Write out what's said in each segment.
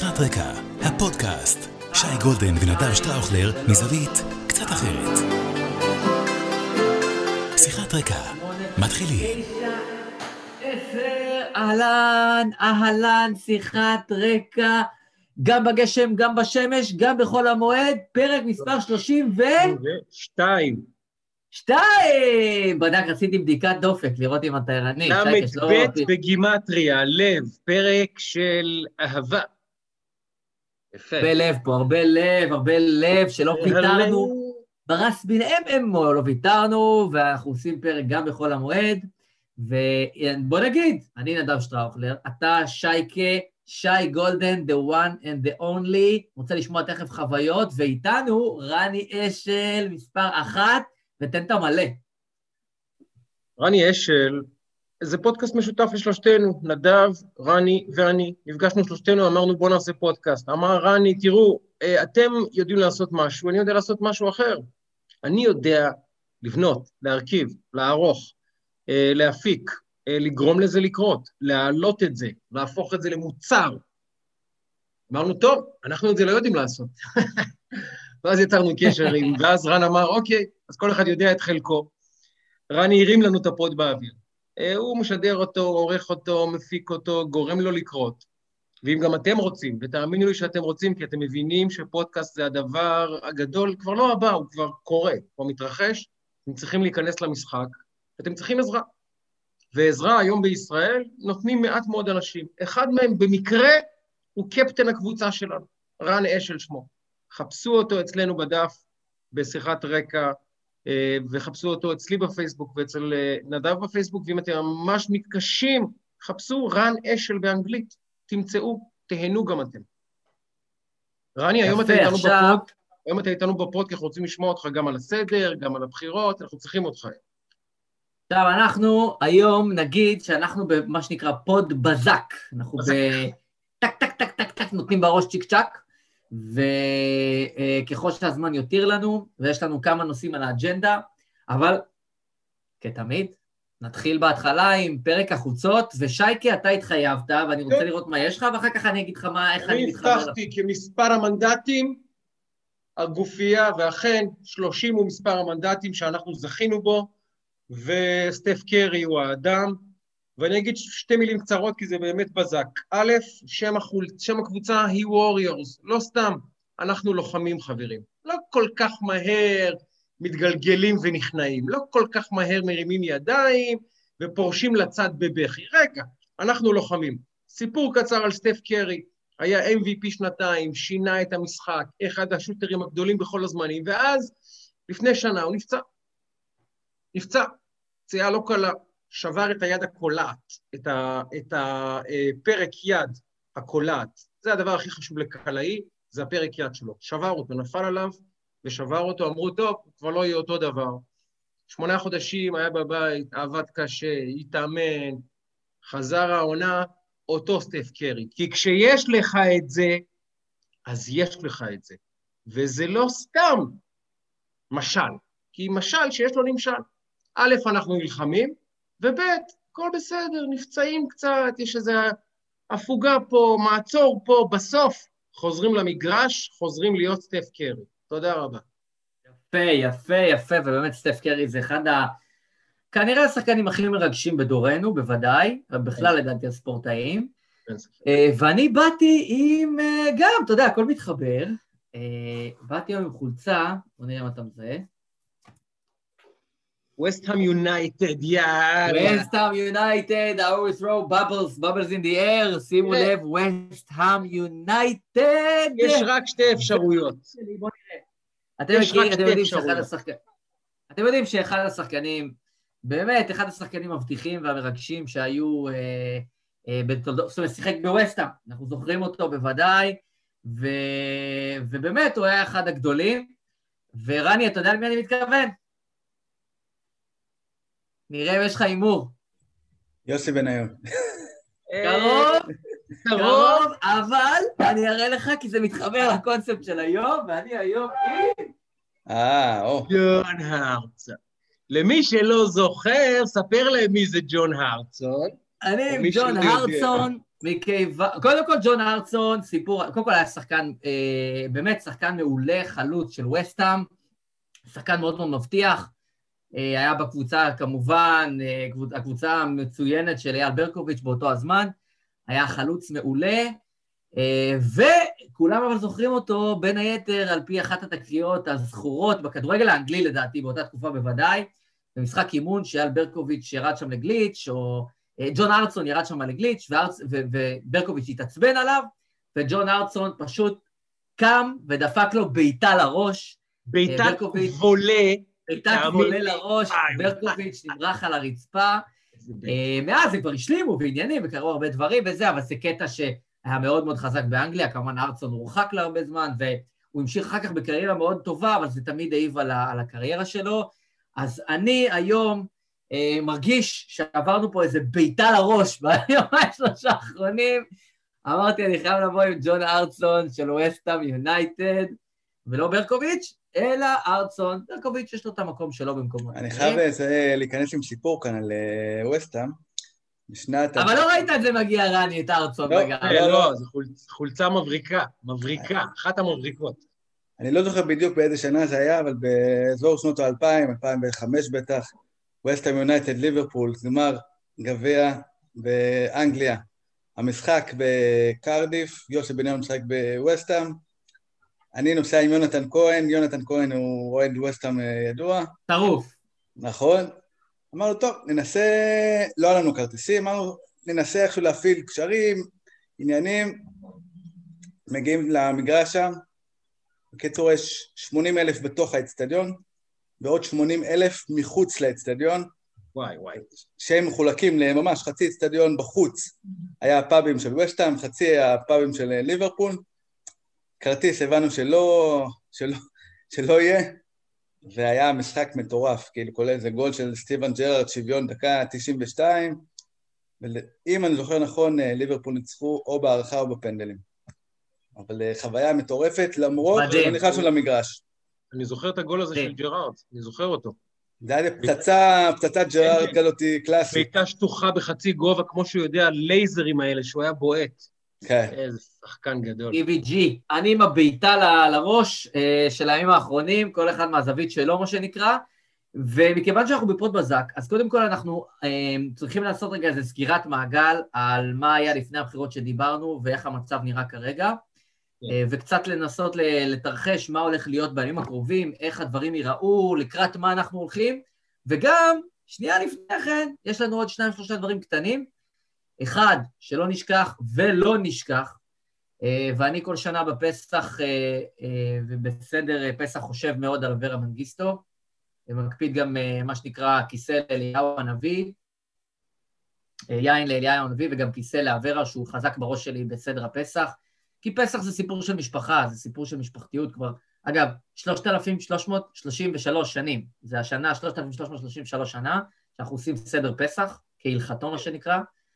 שיחת רקע, הפודקאסט. שי גולדן ונדב שטראוכלר מזווית קצת אחרת. שיחת רקע, מתחילים. 10, אהלן, שיחת רקע, גם בגשם, גם בשמש, גם בחול המועד, פרק מספר 32. בדק, עשיתי בדיקת דופק, לראות אם אתה ערני. למ"ב בגימטריה, לב, פרק של אהבה. יפה. הרבה לב, שלא ויתרנו. ברס בינם לא ויתרנו, ואנחנו עושים פרק גם בחול המועד, ובוא נגיד, אני נדב שטראוכלר, אתה שייקה, שי גולדן, the one and the only, רוצה לשמוע תכף חוויות, ואיתנו רני אשל, מספר 1, ותן את המלא. רני אשל, זה פודקאסט משותף לשלושתנו, נדב, רני ואני, נפגשנו שלושתנו, אמרנו בוא נעשה פודקאסט, אמר רני, תראו, אתם יודעים לעשות משהו, אני יודע לעשות משהו אחר, אני יודע לבנות, להרכיב, לערוך, להפיק, לגרום לזה לקרות, להעלות את זה, להפוך את זה למוצר. אמרנו, טוב, אנחנו את זה לא יודעים לעשות. ואז יצרנו קשר עם, ואז רן אמר, אוקיי, אז כל אחד יודע את חלקו. רני הרים לנו את הפוד באוויר. הוא משדר אותו, עורך אותו, מפיק אותו, גורם לו לקרות. ואם גם אתם רוצים, ותאמינו לי שאתם רוצים, כי אתם מבינים שפודקאסט זה הדבר הגדול, כבר לא הבא, הוא כבר קורה, הוא מתרחש, אתם צריכים להיכנס למשחק, ואתם צריכים עזרה. ועזרה היום בישראל נותנים מעט מאוד אנשים. אחד מהם במקרה הוא קפטן הקבוצה שלנו, רן אשל שמו. חפשו אותו אצלנו בדף, בשיחת רקע, וחפשו אותו אצלי בפייסבוק ואצל נדב בפייסבוק, ואם אתם ממש מתקשים, חפשו רן אשל באנגלית, תמצאו, תהנו גם אתם. רני, היום אתה איתנו בפוד, היום אתה איתנו בפוד, כי אנחנו רוצים לשמוע אותך גם על הסדר, גם על הבחירות, אנחנו צריכים אותך. עכשיו, אנחנו היום נגיד שאנחנו במה שנקרא פוד בזק, אנחנו בטק, טק, טק, טק, טק, נותנים בראש צ'יק צ'ק, וככל שהזמן יותיר לנו, ויש לנו כמה נושאים על האג'נדה, אבל כתמיד, נתחיל בהתחלה עם פרק החוצות, ושייקה, אתה התחייבת, ואני רוצה לראות מה יש לך, ואחר כך אני אגיד לך איך אני מתחבר. אני הבטחתי כמספר המנדטים, הגופייה, ואכן 30 הוא מספר המנדטים שאנחנו זכינו בו, וסטף קרי הוא האדם, ואני אגיד שתי מילים קצרות, כי זה באמת בזק. א', שם הקבוצה היא Warriors, לא סתם, אנחנו לוחמים חברים. לא כל כך מהר מתגלגלים ונכנעים, לא כל כך מהר מרימים ידיים ופורשים לצד בבכי. רגע, אנחנו לוחמים. סיפור קצר על סטף קרי, היה MVP שנתיים, שינה את המשחק, אחד השוטרים הגדולים בכל הזמנים, ואז לפני שנה הוא נפצע, פציעה לא קלה, שבר את היד הקולעת, את הפרק יד הקולעת, זה הדבר הכי חשוב לקלעי, זה הפרק יד שלו, שבר אותו, נפל עליו, ושבר אותו, אמרו, טוב, כבר לא יהיה אותו דבר. 8 חודשים היה בבית, עבד קשה, התאמן, חזר העונה, אותו סטף קרי, כי כשיש לך את זה, אז יש לך את זה, וזה לא סתם משל, כי משל שיש לו נמשל. א', אנחנו נלחמים, וב', הכל בסדר, נפצעים קצת, יש איזו הפוגה פה, מעצור פה, בסוף חוזרים למגרש, חוזרים להיות סטף קרי. תודה רבה. יפה, ובאמת סטף קרי זה אחד כנראה השחקנים הכי מרגשים בדורנו, בוודאי, ובכלל לדעתי הספורטאים. ואני באתי עם, גם, אתה יודע, הכל מתחבר, באתי היום עם חולצה, בוא נראה מה אתה מזהה. West Ham United, West Ham United, I always throw bubbles in the air, שימו לב, West Ham United. יש רק שתי אפשרויות. בוא נראה. אתם יודעים שאחד השחקנים, באמת, אחד השחקנים מבטיחים והמרגשים שהיו, זאת אומרת, שיחק בווסט-האם, אנחנו זוכרים אותו בוודאי, ובאמת הוא היה אחד הגדולים, ורני, אתה יודע למי אני מתכוון? נראה אם יש לך אימור. יוסי בניון. קרוב, אבל אני אראה לך כי זה מתחבר לקונספט של היום, ואני היום ג'ון הרצון. למי שלא זוכר, ספר להם מי זה ג'ון הרצון. אני עם ג'ון הרצון, קודם כל, ג'ון ארצון, סיפור, קודם כל היה שחקן, באמת שחקן מעולה, חלוץ של וסטהאם, שחקן מאוד מאוד מבטיח, היה בקבוצה כמובן, הקבוצה המצוינת של אייל ברקוביץ' באותו הזמן, היה חלוץ מעולה, וכולם אבל זוכרים אותו בין היתר על פי אחת התקריות הזכורות בכדורגל האנגלי לדעתי, באותה תקופה בוודאי, במשחק אימון שאייל ברקוביץ' ירד שם לגליץ', או ג'ון ארצון ירד שם לגליץ', וברקוביץ' התעצבן עליו, וג'ון ארצון פשוט קם ודפק לו בעיטה לראש. בעיטת וולה. בעיטת וולה לראש, ברקוביץ' נמרח על הרצפה. מאז הם כבר השלימו בעניינים, וקראו הרבה דברים וזה, אבל זה קטע שהיה מאוד מאוד חזק באנגליה, כמובן ארצון הורחק להרבה זמן, והוא המשיך אחר כך בקריירה מאוד טובה, אבל זה תמיד העיב על הקריירה שלו. אז אני היום מרגיש שעברנו פה איזה בעיטה לראש ביומיים שלושה האחרונים. אמרתי, אני חייב לבוא עם ג'ון ארצון של וסטהאם יונייטד, ולא ברקוביץ', אלא ארצון. ברקוביץ' יש לו את המקום שלו במקומות. אני חייב להיכנס עם סיפור כאן על וסטהאם. אבל לא ראית את זה מגיע רני, את ארצון בגלל. לא, זו חולצה מבריקה, אחת המבריקות. אני לא זוכר בדיוק באיזה שנה זה היה, אבל באזור שנות ה-2000, 2005 בטח, וסטהאם יונייטד ליברפול, גמר גביע באנגליה. המשחק בקרדיף, יוסי בניון משחק בווסטהאם, אני נוסע עם יונתן כהן הוא אוהד ווסטהאם ידוע. טרוף. נכון. אמרנו, טוב, ננסה, לא היה לנו כרטיסים, אמרנו, ננסה איכשהו להפעיל קשרים, עניינים, מגיעים למגרש שם, בקיצור יש 80,000 בתוך האצטדיון, ועוד 80,000 מחוץ לאצטדיון, וואי. שהם מחולקים לממש חצי אצטדיון בחוץ, היה הפאבים של וסטהאם, חצי הפאבים של ליברפול, כרטיס הבנו שלא יהיה, והיה משחק מטורף, כאילו כולל איזה גול של סטיבן ג'רארד, שוויון דקה 92, ואם אני זוכר נכון, ליברפול ניצחו או בהערכה או בפנדלים. אבל חוויה מטורפת, למרות שלא נכנסנו למגרש. אני זוכר את הגול הזה של ג'רארד, אני זוכר אותו. זה היה פצצת ג'רארד כזאת קלאסית. בעיטה שטוחה בחצי גובה, כמו שהוא יודע, לייזרים האלה, שהוא היה בועט. כן. איזה שחקן גדול. EVG, אני עם הבעיטה לראש של הימים האחרונים, כל אחד מהזווית שלו, מה שנקרא, ומכיוון שאנחנו בפוד בזק, אז קודם כל אנחנו צריכים לעשות רגע איזו סגירת מעגל על מה היה לפני הבחירות שדיברנו, ואיך המצב נראה כרגע, וקצת לנסות לתרחש מה הולך להיות בימים הקרובים, איך הדברים ייראו, לקראת מה אנחנו הולכים, וגם, שנייה לפני כן, יש לנו עוד 2-3 דברים קטנים, אחד, שלא נשכח ולא נשכח, ואני כל שנה בפסח, ובסדר פסח חושב מאוד על אברה מנגיסטו, ומקפיד גם מה שנקרא כיסא לאליהו הנביא, יין לאליהו הנביא, וגם כיסא לאברה שהוא חזק בראש שלי בסדר הפסח, כי פסח זה סיפור של משפחה, זה סיפור של משפחתיות כבר, אגב, 3,333 שנים, זה השנה 3,333 שנה, שאנחנו עושים סדר פסח, כהלכתו מה שנקרא,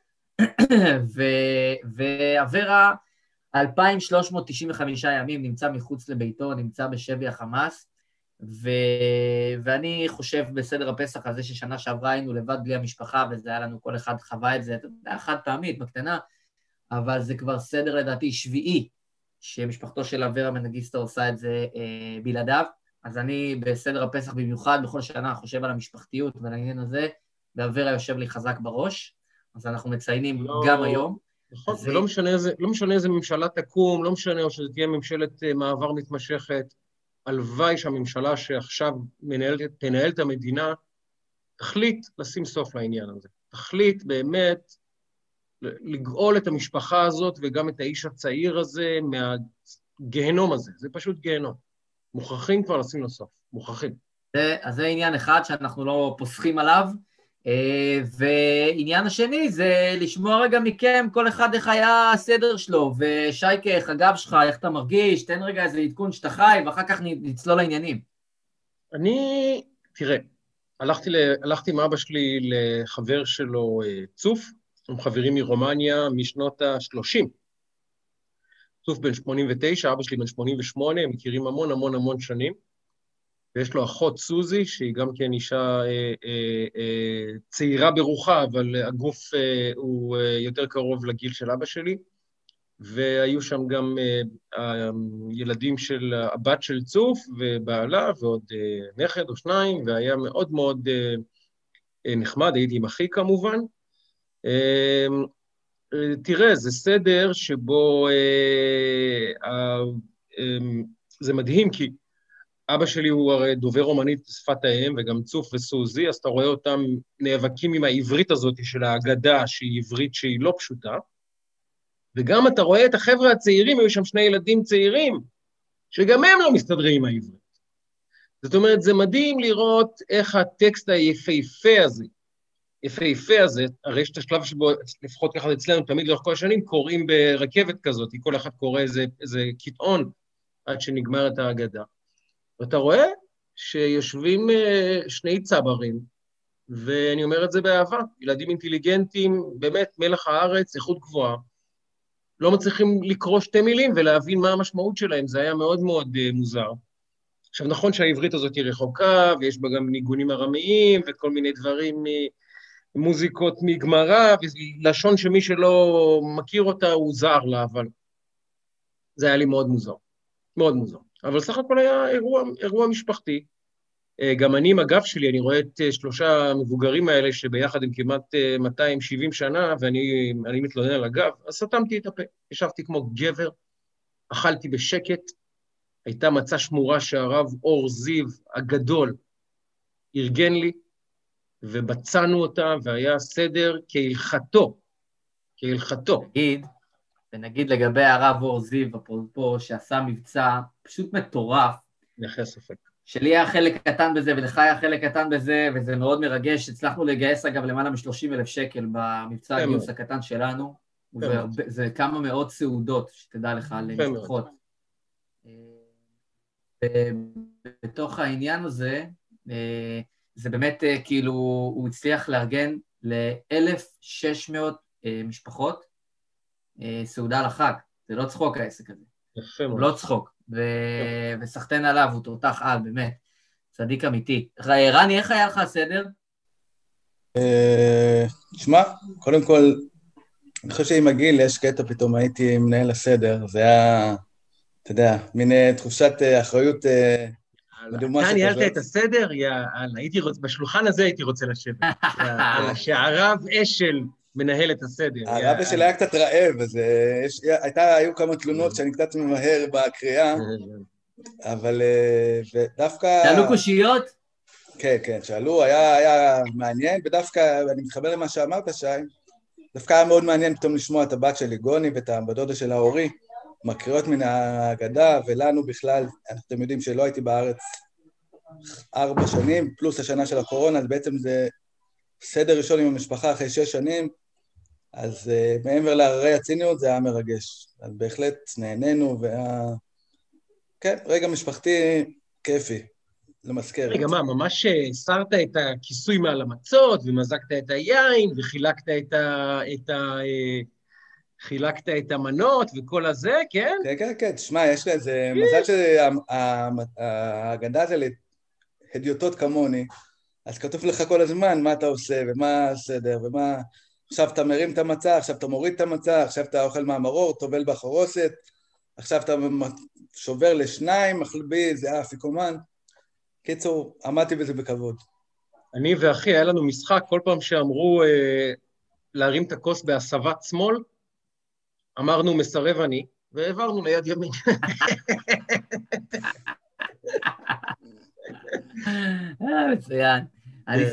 ואברה 2,395 ימים נמצא מחוץ לביתו, נמצא בשבי החמאס, ואני חושב בסדר הפסח הזה ששנה שעברה היינו לבד בלי המשפחה, וזה היה לנו כל אחד חווה את זה, זה היה חד פעמית בקטנה, אבל זה כבר סדר לדעתי שביעי, שמשפחתו של אברה מנגיסטו עושה את זה בלעדיו, אז אני בסדר הפסח במיוחד בכל שנה חושב על המשפחתיות ועל העניין הזה, ואברה יושב לי חזק בראש, אז אנחנו מציינים גם היום. נכון, ולא משנה איזה ממשלה תקום, לא משנה או שזה תהיה ממשלת מעבר מתמשכת, הלוואי שהממשלה שעכשיו תנהל את המדינה, תחליט לשים סוף לעניין הזה. תחליט באמת לגאול את המשפחה הזאת וגם את האיש הצעיר הזה מהגהנום הזה. זה פשוט גהנום. מוכרחים כבר לשים לו סוף. מוכרחים. אז זה עניין אחד שאנחנו לא פוסחים עליו, ועניין השני זה לשמוע רגע מכם כל אחד איך היה הסדר שלו, ושייקה, איך הגב שלך, איך אתה מרגיש, תן רגע איזה עדכון שאתה חי, ואחר כך נצלול לעניינים. תראה, הלכתי עם אבא שלי לחבר שלו צוף, הם חברים מרומניה משנות ה-30. צוף בן 89, אבא שלי בן 88, הם מכירים המון שנים, ויש לו אחות סוזי, שהיא גם כן אישה צעירה ברוחה, אבל הגוף הוא יותר קרוב לגיל של אבא שלי, והיו שם גם ילדים של הבת של צוף ובעלה, ועוד נכד או שניים, והיה מאוד מאוד נחמד, הייתי עם אחי כמובן. תראה, זה סדר שבו זה מדהים, כי אבא שלי הוא הרי דובר רומנית בשפת האם, וגם צוף וסוזי, אז אתה רואה אותם נאבקים עם העברית הזאת של ההגדה, שהיא עברית שהיא לא פשוטה, וגם אתה רואה את החבר'ה הצעירים, היו שם שני ילדים צעירים, שגם הם לא מסתדרים עם העברית. זאת אומרת, זה מדהים לראות איך הטקסט היפהפה הזה, הרי יש את השלב שבו, לפחות ככה אצלנו, תמיד לאורך כל השנים, קוראים ברכבת כזאת, כל אחד קורא איזה קטעון, עד שנגמר את ההגדה. ואתה רואה שיושבים שני צברים, ואני אומר את זה באהבה, ילדים אינטליגנטים, באמת מלח הארץ, איכות גבוהה, לא מצליחים לקרוא שתי מילים ולהבין מה המשמעות שלהם, זה היה מאוד מאוד מוזר. עכשיו נכון שהעברית הזאת היא רחוקה, ויש בה גם ניגונים ארמיים, וכל מיני דברים, מוזיקות מגמרא, ולשון שמי שלא מכיר אותה הוא זר לה, אבל זה היה לי מאוד מוזר, מאוד מוזר. אבל סך הכל היה אירוע משפחתי. גם אני עם הגב שלי, אני רואה את שלושה מבוגרים האלה, שביחד הם כמעט 270 שנה, ואני מתלונן על הגב, אז סתמתי את הפה, ישבתי כמו גבר, אכלתי בשקט, הייתה מצה שמורה שהרב אור זיו הגדול ארגן לי, ובצענו אותה, והיה סדר כהלכתו. ונגיד לגבי הרב אור זיו, אפרופו, שעשה מבצע פשוט מטורף. נחי ספק. שלי היה חלק קטן בזה, ולך היה חלק קטן בזה, וזה מאוד מרגש. הצלחנו לגייס אגב למעלה מ-30,000 שקל במבצע הגיוס הקטן שלנו, וזה כמה מאות סעודות, שתדע לך, למשפחות. בתוך העניין הזה, זה באמת כאילו, הוא הצליח לארגן ל-1,600 משפחות, סעודה לחג. זה לא צחוק העסק הזה. הוא לא צחוק. וסחטן עליו, הוא תותח על, באמת. צדיק אמיתי. רני, איך היה לך הסדר? תשמע, קודם כל, אני חושב שעם הגיל יש קטע פתאום הייתי מנהל הסדר, זה היה, אתה יודע, מין תחושת אחריות מדומה שכזאת. אתה ניהלת את הסדר? בשולחן הזה הייתי רוצה לשבת. שהרב אשל מנהל את הסדר. הרב אשל היה קצת רעב, אז היו כמה תלונות שאני קצת ממהר בקריאה, אבל דווקא... שאלו קושיות? כן, כן, שאלו, היה מעניין, ודווקא, אני מתחבר למה שאמרת, שי, דווקא היה מאוד מעניין פתאום לשמוע את הבת שלי, גוני, ואת הבדודה של ההורי, מקריאות מן ההגדה, ולנו בכלל, אתם יודעים שלא הייתי בארץ 4 שנים, פלוס השנה של הקורונה, אז בעצם זה סדר ראשון עם המשפחה אחרי 6 שנים, אז מעבר להררי הציניות זה היה מרגש. אז בהחלט נהנינו, כן, רגע משפחתי כיפי, למזכרת. רגע, מה, ממש שרת את הכיסוי מעל המצות, ומזקת את היין, וחילקת חילקת את המנות וכל הזה, כן? כן, כן, כן, תשמע, יש לזה מזל שההגדה זה להדיוטות כמוני, אז כתוב לך כל הזמן מה אתה עושה, ומה הסדר, ומה... עכשיו אתה מרים את המצה, עכשיו אתה מוריד את המצה, עכשיו אתה אוכל מהמרור, טובל בחרוסת, עכשיו אתה שובר לשניים, מחלבי, זה אפיקומן. קיצור, עמדתי בזה בכבוד. אני ואחי, היה לנו משחק, כל פעם שאמרו להרים את הכוס בהסבת שמאל, אמרנו מסרב אני, והעברנו ליד ימין. מצוין. אני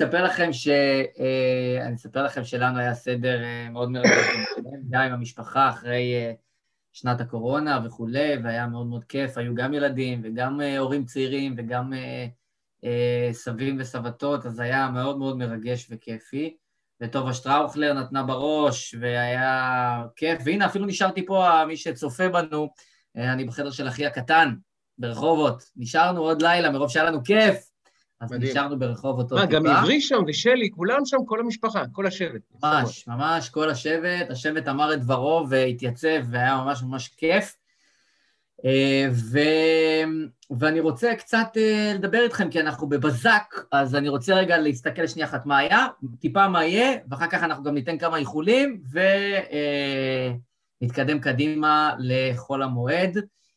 אספר לכם שלנו היה סדר מאוד מרגש, גם עם המשפחה אחרי שנת הקורונה וכולי, והיה מאוד מאוד כיף, היו גם ילדים וגם הורים צעירים וגם סבים וסבתות, אז היה מאוד מאוד מרגש וכיפי, וטובה שטראוכלר נתנה בראש, והיה כיף, והנה אפילו נשארתי פה, מי שצופה בנו, אני בחדר של אחי הקטן, ברחובות, נשארנו עוד לילה, מרוב שהיה לנו כיף, אז נשארנו ברחובות עוד טיפה. גם עברי שם ושלי, כולם שם, כל המשפחה, כל השבט. ממש, ממש, כל השבט אמר את דברו והתייצב, והיה ממש ממש כיף. ואני רוצה קצת לדבר איתכם, כי אנחנו בבזק, אז אני רוצה רגע להסתכל שנייה אחת מה היה, טיפה מה יהיה, ואחר כך אנחנו גם ניתן כמה איחולים, ונתקדם קדימה לחול המועד.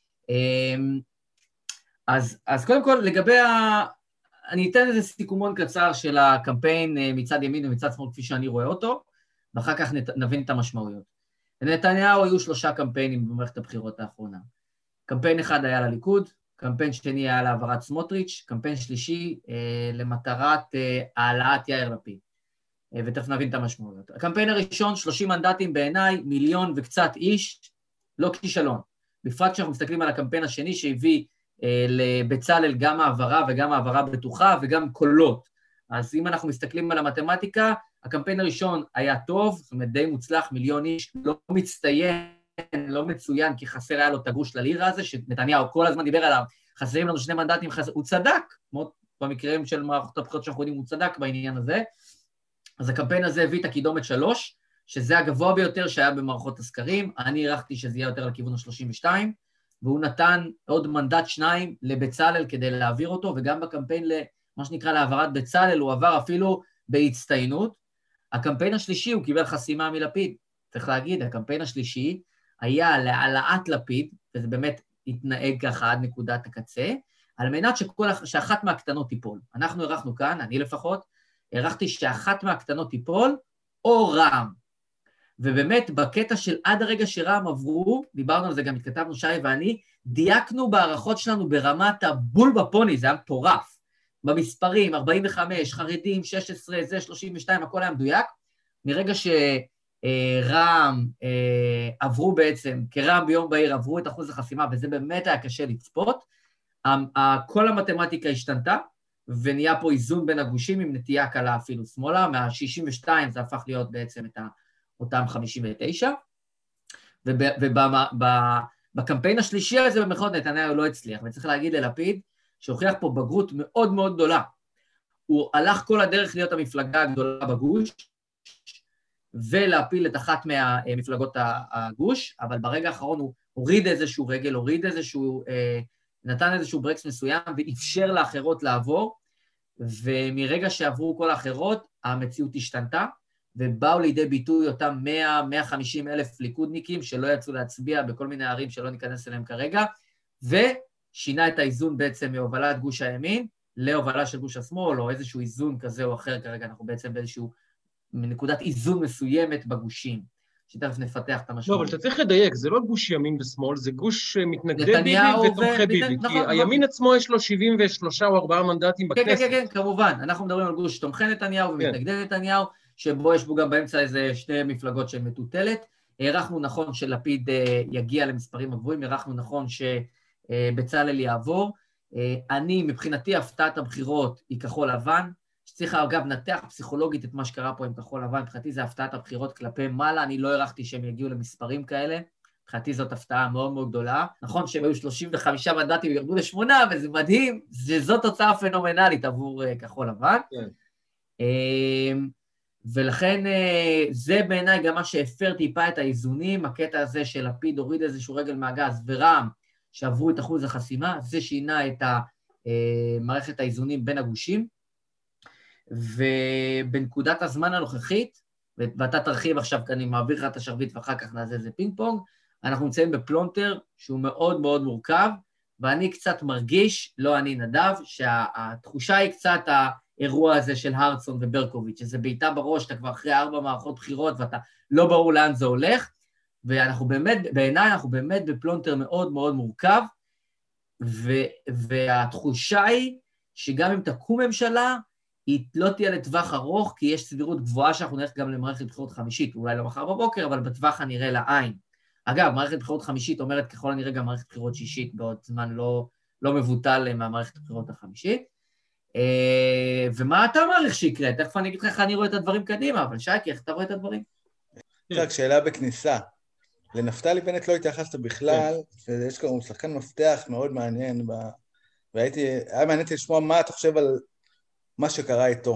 אז קודם כל, אני אתן איזה סיכומון קצר של הקמפיין מצד ימין ומצד שמאל, כפי שאני רואה אותו, ואחר כך נבין את המשמעויות. לנתניהו היו 3 קמפיינים במערכת הבחירות האחרונה. קמפיין אחד היה לליכוד, קמפיין שני היה להעברת סמוטריץ', קמפיין שלישי למטרת העלאת יאיר לפיד. ותכף נבין את המשמעויות. הקמפיין הראשון, 30 מנדטים בעיניי, 1,000,000 וקצת איש, לא כישלון. בפרט כשאנחנו מסתכלים על הקמפיין השני שהביא לבצלאל גם העברה וגם העברה בטוחה וגם קולות. אז אם אנחנו מסתכלים על המתמטיקה, הקמפיין הראשון היה טוב, זאת אומרת די מוצלח, 1,000,000 איש, לא מצטיין, לא מצוין, כי חסר היה לו את הגוש ללירה הזה, שנתניהו כל הזמן דיבר עליו, חסרים לנו 2 מנדטים, הוא צדק, כמו במקרים של מערכות הבחירות שאנחנו יודעים, הוא צדק בעניין הזה. אז הקמפיין הזה הביא את הקידומת 3, שזה הגבוה ביותר שהיה במערכות הסקרים, אני הערכתי שזה יהיה יותר לכיוון ה-32, והוא נתן עוד מנדט 2 לבצלאל כדי להעביר אותו, וגם בקמפיין מה שנקרא להעברת בצלאל, הוא עבר אפילו בהצטיינות. הקמפיין השלישי הוא קיבל חסימה מלפיד. צריך להגיד, הקמפיין השלישי היה להעלאת לפיד, וזה באמת התנהג ככה עד נקודת הקצה, על מנת שאחת מהקטנות תיפול. אנחנו ערכנו כאן, אני לפחות, ערכתי שאחת מהקטנות תיפול, או רע"מ. ובאמת, בקטע של עד הרגע שרע"מ עברו, דיברנו על זה, גם התכתבנו שי ואני, דייקנו בערכות שלנו ברמת הבול בפוני, זה היה מטורף. במספרים, 45, חרדים, 16, זה 32, הכל היה מדויק. מרגע שרע"מ עברו בעצם, כרע"מ ביום בהיר עברו את אחוז החסימה, וזה באמת היה קשה לצפות, כל המתמטיקה השתנתה, ונהיה פה איזון בין הגושים עם נטייה קלה אפילו שמאלה, מה-62 זה הפך להיות בעצם את אותם 59, ובקמפיין השלישי הזה במרכאות נתניהו לא הצליח, וצריך להגיד ללפיד, שהוכיח פה בגרות מאוד מאוד גדולה. הוא הלך כל הדרך להיות המפלגה הגדולה בגוש, ולהפיל את אחת מהמפלגות הגוש, אבל ברגע האחרון הוא הוריד איזשהו רגל, נתן איזשהו ברקס מסוים, ואפשר לאחרות לעבור, ומרגע שעברו כל האחרות, המציאות השתנתה, ובאו לידי ביטוי אותם 100-150 אלף ליכודניקים, שלא יצאו להצביע בכל מיני ערים שלא ניכנס אליהם כרגע, שינה את האיזון בעצם מהובלת גוש הימין, להובלה של גוש השמאל, או איזשהו איזון כזה או אחר, כרגע אנחנו בעצם באיזשהו, מנקודת איזון מסוימת בגושים, שתכף נפתח את המשמעות. לא, אבל אתה צריך לדייק, זה לא גוש ימין ושמאל, זה גוש מתנגדי ביבי ותומכי ביבי, כי הימין עצמו יש לו 73 או 4 מנדטים בכנסת. כן, כמובן, אנחנו מדברים על גוש תומכי נתניהו ומתנגדי נתניהו, שבו יש בו גם באמצע איזה 2 מפלגות של מטוטלת, הערכנו נכון שלפיד יגיע למספרים הגבוהים, הערכנו נכון בצלאל יעבור. אני, מבחינתי, הפתעת הבחירות היא כחול לבן, שצריך אגב נתח פסיכולוגית את מה שקרה פה עם כחול לבן, מבחינתי זה הפתעת הבחירות כלפי מעלה, אני לא הערכתי שהם יגיעו למספרים כאלה, מבחינתי זאת הפתעה מאוד מאוד גדולה, נכון שהם היו 35 מנדטים וירדו ל8, וזה מדהים, שזאת תוצאה פנומנלית עבור כחול לבן, ולכן זה בעיניי גם מה שהפר טיפה את האיזונים, הקטע הזה של לפיד הוריד איזשהו רגל מהגז, ורע"מ שעברו את אחוז החסימה, זה שינה את מערכת האיזונים בין הגושים, ובנקודת הזמן הנוכחית, ואתה תרחיב עכשיו, כי אני מעביר לך את השרביט ואחר כך נעשה איזה פינג פונג, אנחנו נמצאים בפלונטר שהוא מאוד מאוד מורכב, ואני קצת מרגיש, לא אני נדב, שהתחושה היא קצת האירוע הזה של הרצון וברקוביץ', שזה בעיטה בראש, אתה כבר אחרי 4 מערכות בחירות, ואתה לא ברור לאן זה הולך, ואנחנו באמת, בעיניי אנחנו באמת בפלונטר מאוד מאוד מורכב, והתחושה היא שגם אם תקום ממשלה, היא לא תהיה לטווח ארוך, כי יש סבירות גבוהה שאנחנו נלך גם למערכת בחירות חמישית, אולי לא מחר בבוקר, אבל בטווח הנראה לעין. אגב, מערכת בחירות חמישית אומרת ככל הנראה גם מערכת בחירות שישית, בעוד זמן לא מבוטל מהמערכת בחירות החמישית. ומה אתה מעריך שיקרה? תכף אני אגיד לך איך אני רואה את הדברים קדימה, אבל שייקי, איך אתה רואה את הדברים? רק שאלה בכניסה. לנפתלי בנט לא התייחסת בכלל, ויש כבר שחקן מפתח מאוד מעניין, היה מעניין לשמוע מה אתה חושב על מה שקרה איתו.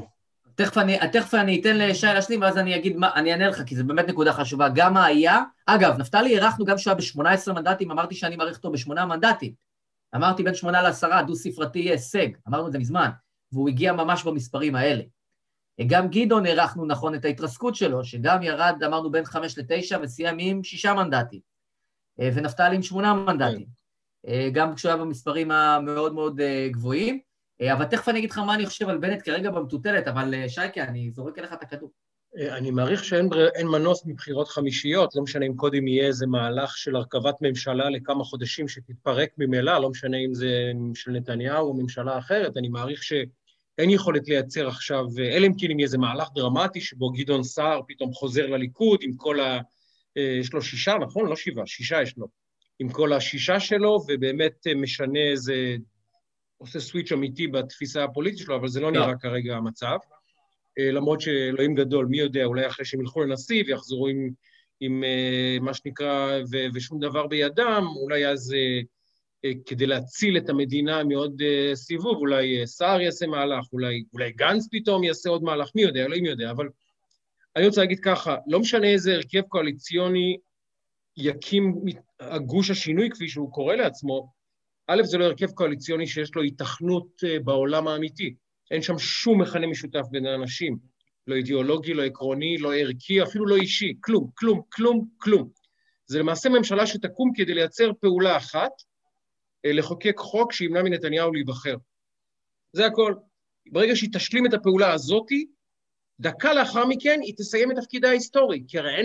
תכף אני אתן לשי להשלים, ואז אני אגיד, אני אענה לך, כי זו באמת נקודה חשובה. גם מה היה, אגב, נפתלי הערכנו גם שהוא היה ב-18 מנדטים, אמרתי שאני מעריך אותו ב8 מנדטים. אמרתי בין 8 ל10, דו ספרתי יהיה הישג, אמרנו את זה מזמן, והוא הגיע ממש במספרים האלה. גם גדעון הערכנו נכון את ההתרסקות שלו, שגם ירד, אמרנו בין 5 ל9, וסיים עם 6 מנדטים. ונפתלי עם 8 מנדטים. גם כשהוא היה במספרים המאוד מאוד גבוהים. אבל תכף אני אגיד לך מה אני חושב על בנט כרגע במטוטלת, אבל שייקה, אני זורק אליך את הכדור. אני מעריך שאין מנוס מבחירות חמישיות, לא משנה אם קודם יהיה איזה מהלך של הרכבת ממשלה לכמה חודשים שתתפרק ממילא, לא משנה אם זה של נתניהו או ממשלה אחרת, אני מעריך שאין יכולת לייצר עכשיו, אלא אם כן אם יהיה איזה מהלך דרמטי שבו גדעון סער פתאום חוזר לליכוד עם כל יש לו 6, נכון? לא 7, 6 יש לו. עם כל 6 שלו, ובאמת משנה איזה עושה סוויץ' אמיתי בתפיסה הפוליטית שלו, אבל זה לא נראה כרגע המצב. למרות שאלוהים גדול, מי יודע, אולי אחרי שהם ילכו לנשיא ויחזרו עם מה שנקרא, ושום דבר בידם, אולי אז כדי להציל את המדינה מעוד סיבוב, אולי סער יעשה מהלך, אולי גנץ פתאום יעשה עוד מהלך, מי יודע, אלוהים יודע, אבל אני רוצה להגיד ככה, לא משנה איזה הרכב קואליציוני יקים הגוש השינוי כפי שהוא קורא לעצמו, א', זה לא הרכב קואליציוני שיש לו התכנות בעולם האמיתי. אין שם שום מכנה משותף בין האנשים. לא אידיאולוגי, לא עקרוני, לא ערכי, אפילו לא אישי. כלום, כלום, כלום, כלום. זה למעשה ממשלה שתקום כדי לייצר פעולה אחת, לחוקק חוק שימנע מנתניהו להיבחר. זה הכל. ברגע שהיא תשלים את הפעולה הזאת, דקה לאחר מכן היא תסיים את תפקידה ההיסטורי, כי הרי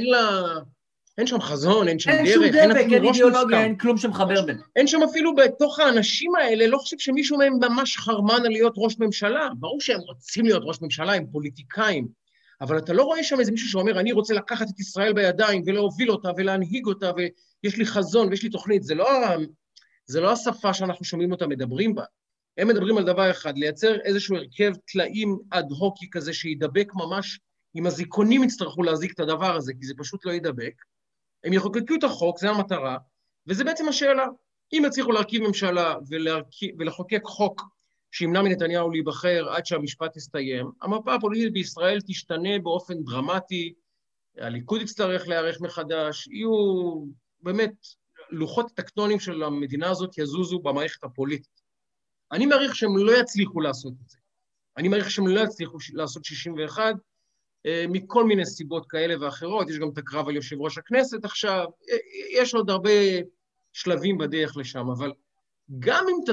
אין שם חזון, אין שם דרך, אין שום דבק, אין אידיאולוגיה, אין כלום שמחבר בין. אין שם אפילו בתוך האנשים האלה, לא חושב שמישהו מהם ממש חרמן על להיות ראש ממשלה. ברור שהם רוצים להיות ראש ממשלה, הם פוליטיקאים, אבל אתה לא רואה שם איזה מישהו שאומר, אני רוצה לקחת את ישראל בידיים ולהוביל אותה ולהנהיג אותה, ויש לי חזון ויש לי תוכנית. זה לא השפה שאנחנו שומעים אותה מדברים בה. הם מדברים על דבר אחד, לייצר איזשהו הרכב תלאים אד-הוקי כזה שידבק ממש, אם הזיכונים יצטרכו להזיק את הדבר הזה, כי זה פשוט לא ידבק. הם יחוקקו את החוק, זה המטרה, וזה בעצם השאלה. אם יצליחו להרכיב ממשלה ולחוקק חוק שימנע מנתניהו להיבחר עד שהמשפט יסתיים, המפה הפוליטית בישראל תשתנה באופן דרמטי, הליכוד יצטרך להיערך מחדש, יהיו באמת לוחות טקטוניים של המדינה הזאת יזוזו במערכת הפוליטית. אני מעריך שהם לא יצליחו לעשות את זה. אני מעריך שהם לא יצליחו לעשות 61, מכל מיני סיבות כאלה ואחרות, יש גם את הקרב על יושב ראש הכנסת עכשיו, יש עוד הרבה שלבים בדרך לשם, אבל גם אם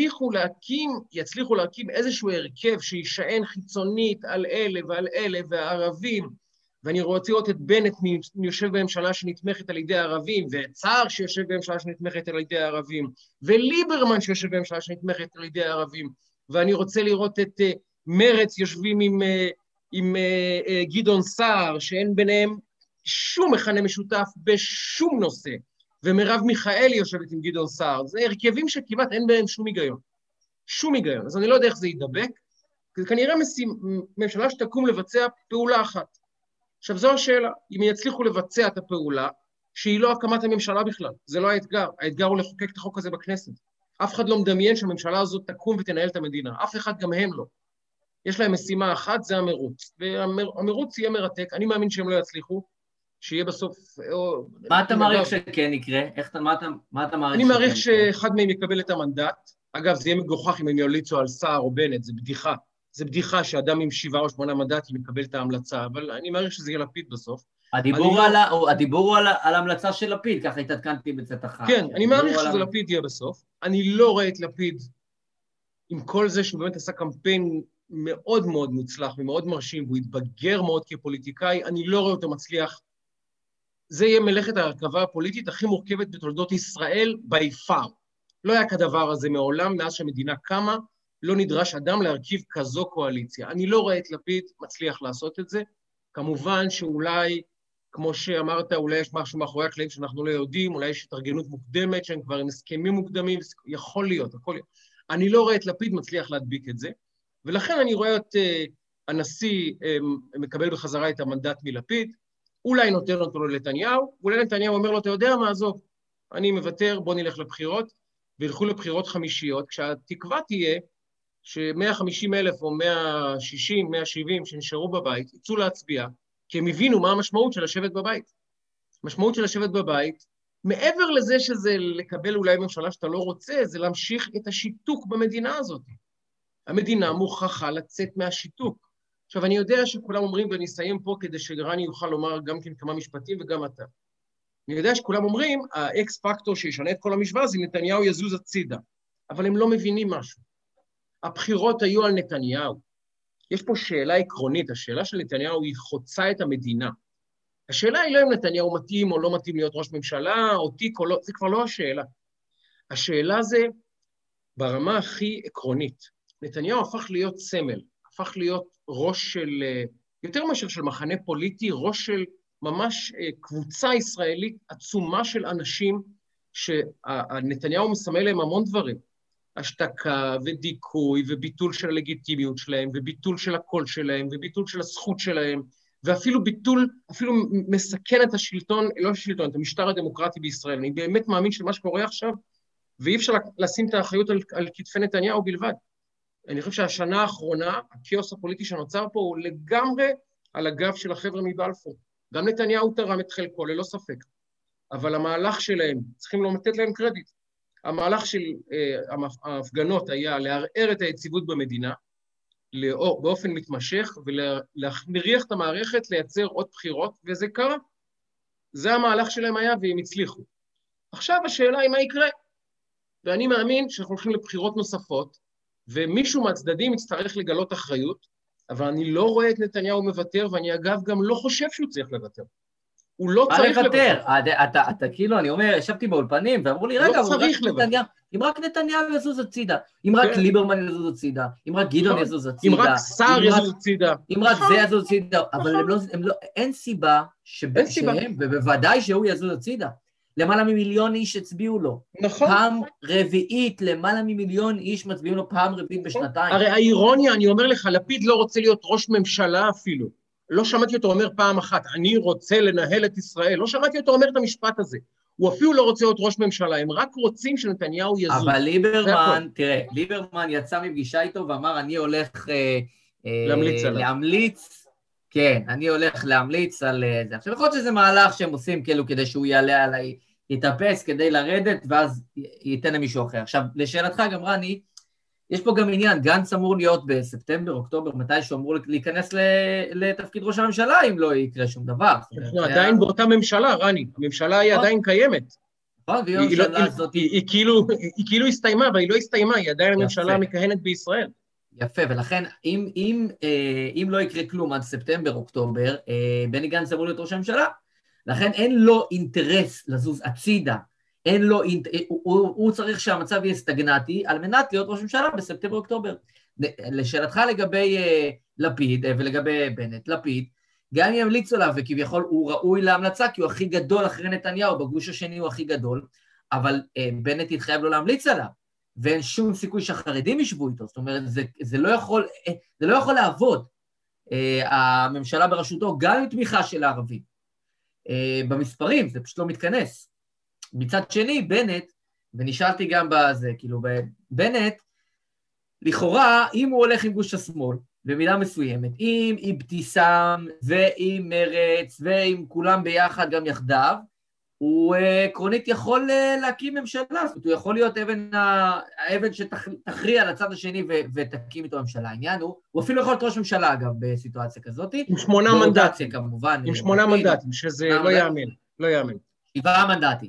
יצליחו להקים איזשהו הרכב שישען חיצונית על אלה ועל אלה והערבים, ואני רוצה לראות את בנט יושב בממשלה שנתמכת על ידי הערבים, ואת סער שיושב בממשלה שנתמכת על ידי הערבים, וליברמן שיושב בממשלה שנתמכת על ידי הערבים, ואני רוצה לראות את מרץ יושבים עם גדעון סער, שאין ביניהם שום מכנה משותף בשום נושא, ומרב מיכאלי יושבת עם גדעון סער, זה הרכבים שכמעט אין בהם שום היגיון. שום היגיון. אז אני לא יודע איך זה ידבק, זה כנראה ממשלה שתקום לבצע פעולה אחת. עכשיו זו השאלה, אם יצליחו לבצע את הפעולה, שהיא לא הקמת הממשלה בכלל, זה לא האתגר, האתגר הוא לחוקק את החוק הזה בכנסת. אף אחד לא מדמיין שהממשלה הזאת תקום ותנהל את המדינה, אף אחד גם הם לא. יש להם משימה אחת, זה המרוץ, והמרוץ יהיה מרתק, אני מאמין שהם לא יצליחו, שיהיה בסוף... מה אתה מעריך שכן יקרה? מה אתה מעריך? אני מעריך שאחד מהם יקבל את המנדט, אגב זה יהיה מגוחך אם הם יוליצו על סער או בנט, זה בדיחה, זה בדיחה שאדם עם 7 או 8 מנדטים יקבל את ההמלצה, אבל אני מעריך שזה יהיה לפיד בסוף. הדיבור הוא על ההמלצה של לפיד, ככה התעדכנתי בצאת אחת. כן, אני מעריך שזה לפיד יהיה בסוף, אני לא רואה את לפיד עם כל זה שהוא באמת עשה קמפיין מאוד מאוד מוצלח ומאוד מרשים, והוא התבגר מאוד כפוליטיקאי, אני לא רואה אותו מצליח. זה יהיה מלאכת ההרכבה הפוליטית הכי מורכבת בתולדות ישראל by far. לא היה כדבר הזה מעולם, מאז שהמדינה קמה, לא נדרש אדם להרכיב כזו קואליציה. אני לא רואה את לפיד מצליח לעשות את זה. כמובן שאולי, כמו שאמרת, אולי יש משהו מאחורי הקלעים שאנחנו לא יודעים, אולי יש התארגנות מוקדמת, שהם כבר עם הסכמים מוקדמים, יכול להיות, הכל להיות. אני לא רואה את לפיד מצליח להדביק את זה, ולכן אני רואה את הנשיא מקבל בחזרה את המנדט מלפיד, אולי נותן אותו לנתניהו, ואולי נתניהו אומר לו, אתה יודע מה, עזוב, אני מוותר, בוא נלך לבחירות, וילכו לבחירות חמישיות, כשהתקווה תהיה ש150,000 או 160, 170 שנשארו בבית, יצאו להצביע, כי הם הבינו מה המשמעות של לשבת בבית. המשמעות של לשבת בבית, מעבר לזה שזה לקבל אולי ממשלה שאתה לא רוצה, זה להמשיך את השיתוק במדינה הזאת. המדינה מוכרחה לצאת מהשיתוק. עכשיו, אני יודע שכולם אומרים, ואני אסיים פה כדי שרני יוכל לומר גם כן כמה משפטים וגם אתה. אני יודע שכולם אומרים, האקס פקטור שישנה את כל המשוואה, זה נתניהו יזוז הצידה. אבל הם לא מבינים משהו. הבחירות היו על נתניהו. יש פה שאלה עקרונית, השאלה של נתניהו היא חוצה את המדינה. השאלה היא לא אם נתניהו מתאים או לא מתאים להיות ראש ממשלה, או תיק או לא, זה כבר לא השאלה. השאלה זה ברמה הכי עקרונית. נתניהו הפך להיות סמל, הפך להיות ראש של, יותר מאשר של מחנה פוליטי, ראש של ממש קבוצה ישראלית עצומה של אנשים, שנתניהו מסמל להם המון דברים. השתקה ודיכוי וביטול של הלגיטימיות שלהם, וביטול של הקול שלהם, וביטול של הזכות שלהם, ואפילו ביטול, אפילו מסכן את השלטון, לא השלטון, את המשטר הדמוקרטי בישראל. אני באמת מאמין שמה שקורה עכשיו, ואי אפשר לשים את האחריות על כתפי נתניהו בלבד. אני חושב שהשנה האחרונה, הכאוס הפוליטי שנוצר פה, הוא לגמרי על הגב של החבר'ה מבלפור. גם נתניהו תרם את חלקו, ללא ספק. אבל המהלך שלהם, צריכים לא לתת להם קרדיט. המהלך של ההפגנות היה לערער את היציבות במדינה, באופן מתמשך, ולהריח את המערכת, לייצר עוד בחירות, וזה קרה. זה המהלך שלהם היה, והם הצליחו. עכשיו השאלה היא מה יקרה. ואני מאמין שאנחנו הולכים לבחירות נוספות, ומישהו מהצדדים יצטרך לגלות אחריות, אבל אני לא רואה את נתניהו מוותר, ואני אגב גם לא חושב שהוא צריך לוותר. הוא לא צריך לוותר. אתה כאילו, אני אומר, ישבתי באולפנים, ואמרו לי, רגע, אם רק נתניהו יזוז הצידה, אם רק ליברמן יזוז הצידה, אם רק גדעון יזוז הצידה, אם רק שר יזוז הצידה, אם רק זה יזוז הצידה, אבל אין סיבה שהם, ובוודאי שהוא יזוז הצידה. למעלה ממיליון איש הצביעו לו. נכון. פעם רביעית, למעלה ממיליון איש מצביעים לו פעם רביעית בשנתיים. הרי האירוניה, אני אומר לך, לפיד לא רוצה להיות ראש ממשלה אפילו. לא שמעתי אותו אומר פעם אחת, אני רוצה לנהל את ישראל. לא שמעתי אותו אומר את המשפט הזה. הוא אפילו לא רוצה להיות ראש ממשלה, הם רק רוצים שנתניהו יזוז. אבל ליברמן, תראה, ליברמן יצא מפגישה איתו ואמר, אני הולך להמליץ, כן, אני הולך להמליץ על זה. עכשיו, יכול להיות שזה מהלך שהם עושים כאילו כדי שהוא יעלה עליי, יתאפס כדי לרדת, ואז ייתן למישהו אחר. עכשיו, לשאלתך גם רני, יש פה גם עניין, גנץ אמור להיות בספטמבר, אוקטובר, מתי שהוא אמור להיכנס לתפקיד ראש הממשלה, אם לא יקרה שום דבר. אנחנו עדיין באותה ממשלה, רני, הממשלה היא עדיין קיימת. היא כאילו הסתיימה, אבל היא לא הסתיימה, היא עדיין הממשלה המכהנת בישראל. יפה, ולכן אם לא יקרה כלום עד ספטמבר, אוקטובר, בני גנץ אמור להיות ראש הממשלה, לכן אין לו אינטרס לזוז הצידה, אין לו, הוא צריך שהמצב יהיה סטגנטי, על מנת להיות ראש ממשלה בספטמבר אוקטובר. לשאלתך לגבי לפיד ולגבי בנט, לפיד, גם אם ימליצו עליו, וכביכול הוא ראוי להמלצה, כי הוא הכי גדול אחרי נתניהו, בגוש השני הוא הכי גדול, אבל בנט יתחייב לו להמליץ עליו, ואין שום סיכוי שהחרדים ישבו איתו, זאת אומרת, זה לא יכול לעבוד, הממשלה בראשותו, גם עם תמיכה של הערבים, במספרים, זה פשוט לא מתכנס. מצד שני, בנט, ונשאלתי גם בזה, כאילו, בנט, לכאורה, אם הוא הולך עם גוש השמאל, במידה מסוימת, עם אבתיסאם ועם מרץ ועם כולם ביחד גם יחדיו, הוא עקרונית יכול להקים ממשלה, זאת אומרת, הוא יכול להיות האבן שתכריע לצד השני ותקים איתו ממשלה. העניין הוא אפילו יכול להיות ראש ממשלה, אגב, בסיטואציה כזאת. עם 8 מנדטים. כמובן. עם 8 מנדטים, שזה לא יאמן. לא יאמן. 7 מנדטים.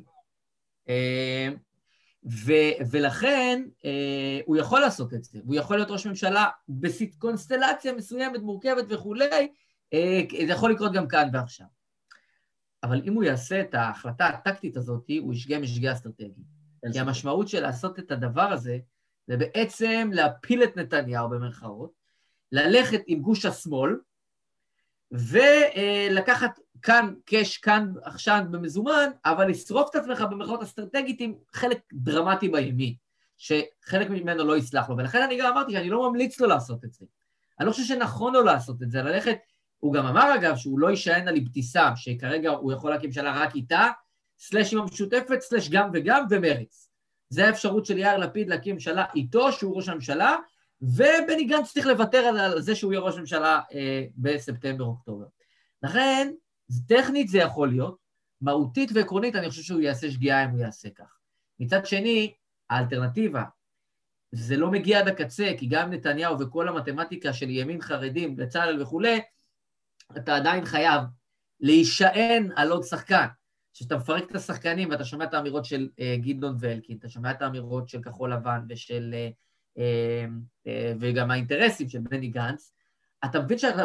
ולכן הוא יכול לעשות את זה, הוא יכול להיות ראש ממשלה בקונסטלציה מסוימת, מורכבת וכולי, זה יכול לקרות גם כאן ועכשיו. אבל אם הוא יעשה את ההחלטה הטקטית הזאת, הוא ישגה משגה אסטרטגי. כי המשמעות של לעשות את הדבר הזה, זה בעצם להפיל את נתניהו במרכאות, ללכת עם גוש השמאל, ולקחת כאן קש, כאן עכשיו במזומן, אבל לשרוף את עצמך במרכאות אסטרטגית עם חלק דרמטי בימין, שחלק ממנו לא יסלח לו. ולכן אני גם אמרתי שאני לא ממליץ לו לעשות את זה. אני לא חושב שנכון לו לעשות את זה, ללכת, הוא גם אמר אגב שהוא לא יישען על אבתיסאם, שכרגע הוא יכול להקים ממשלה רק איתה, סלש עם המשותפת, סלש גם וגם ומרץ. זה האפשרות של יאיר לפיד להקים ממשלה איתו, שהוא ראש הממשלה, ובני גנץ צריך לוותר על זה שהוא יהיה ראש ממשלה בספטמבר-אוקטובר. לכן, טכנית זה יכול להיות, מהותית ועקרונית, אני חושב שהוא יעשה שגיאה אם הוא יעשה כך. מצד שני, האלטרנטיבה, זה לא מגיע עד הקצה, כי גם נתניהו וכל המתמטיקה של ימין חרדים, בצלאל וכו', אתה עדיין חייב להישען על עוד שחקן. כשאתה מפרק את השחקנים, ואתה שומע את האמירות של גדעון ואלקין, אתה שומע את האמירות של כחול לבן וגם האינטרסים של בני גנץ, אתה מבין שאתה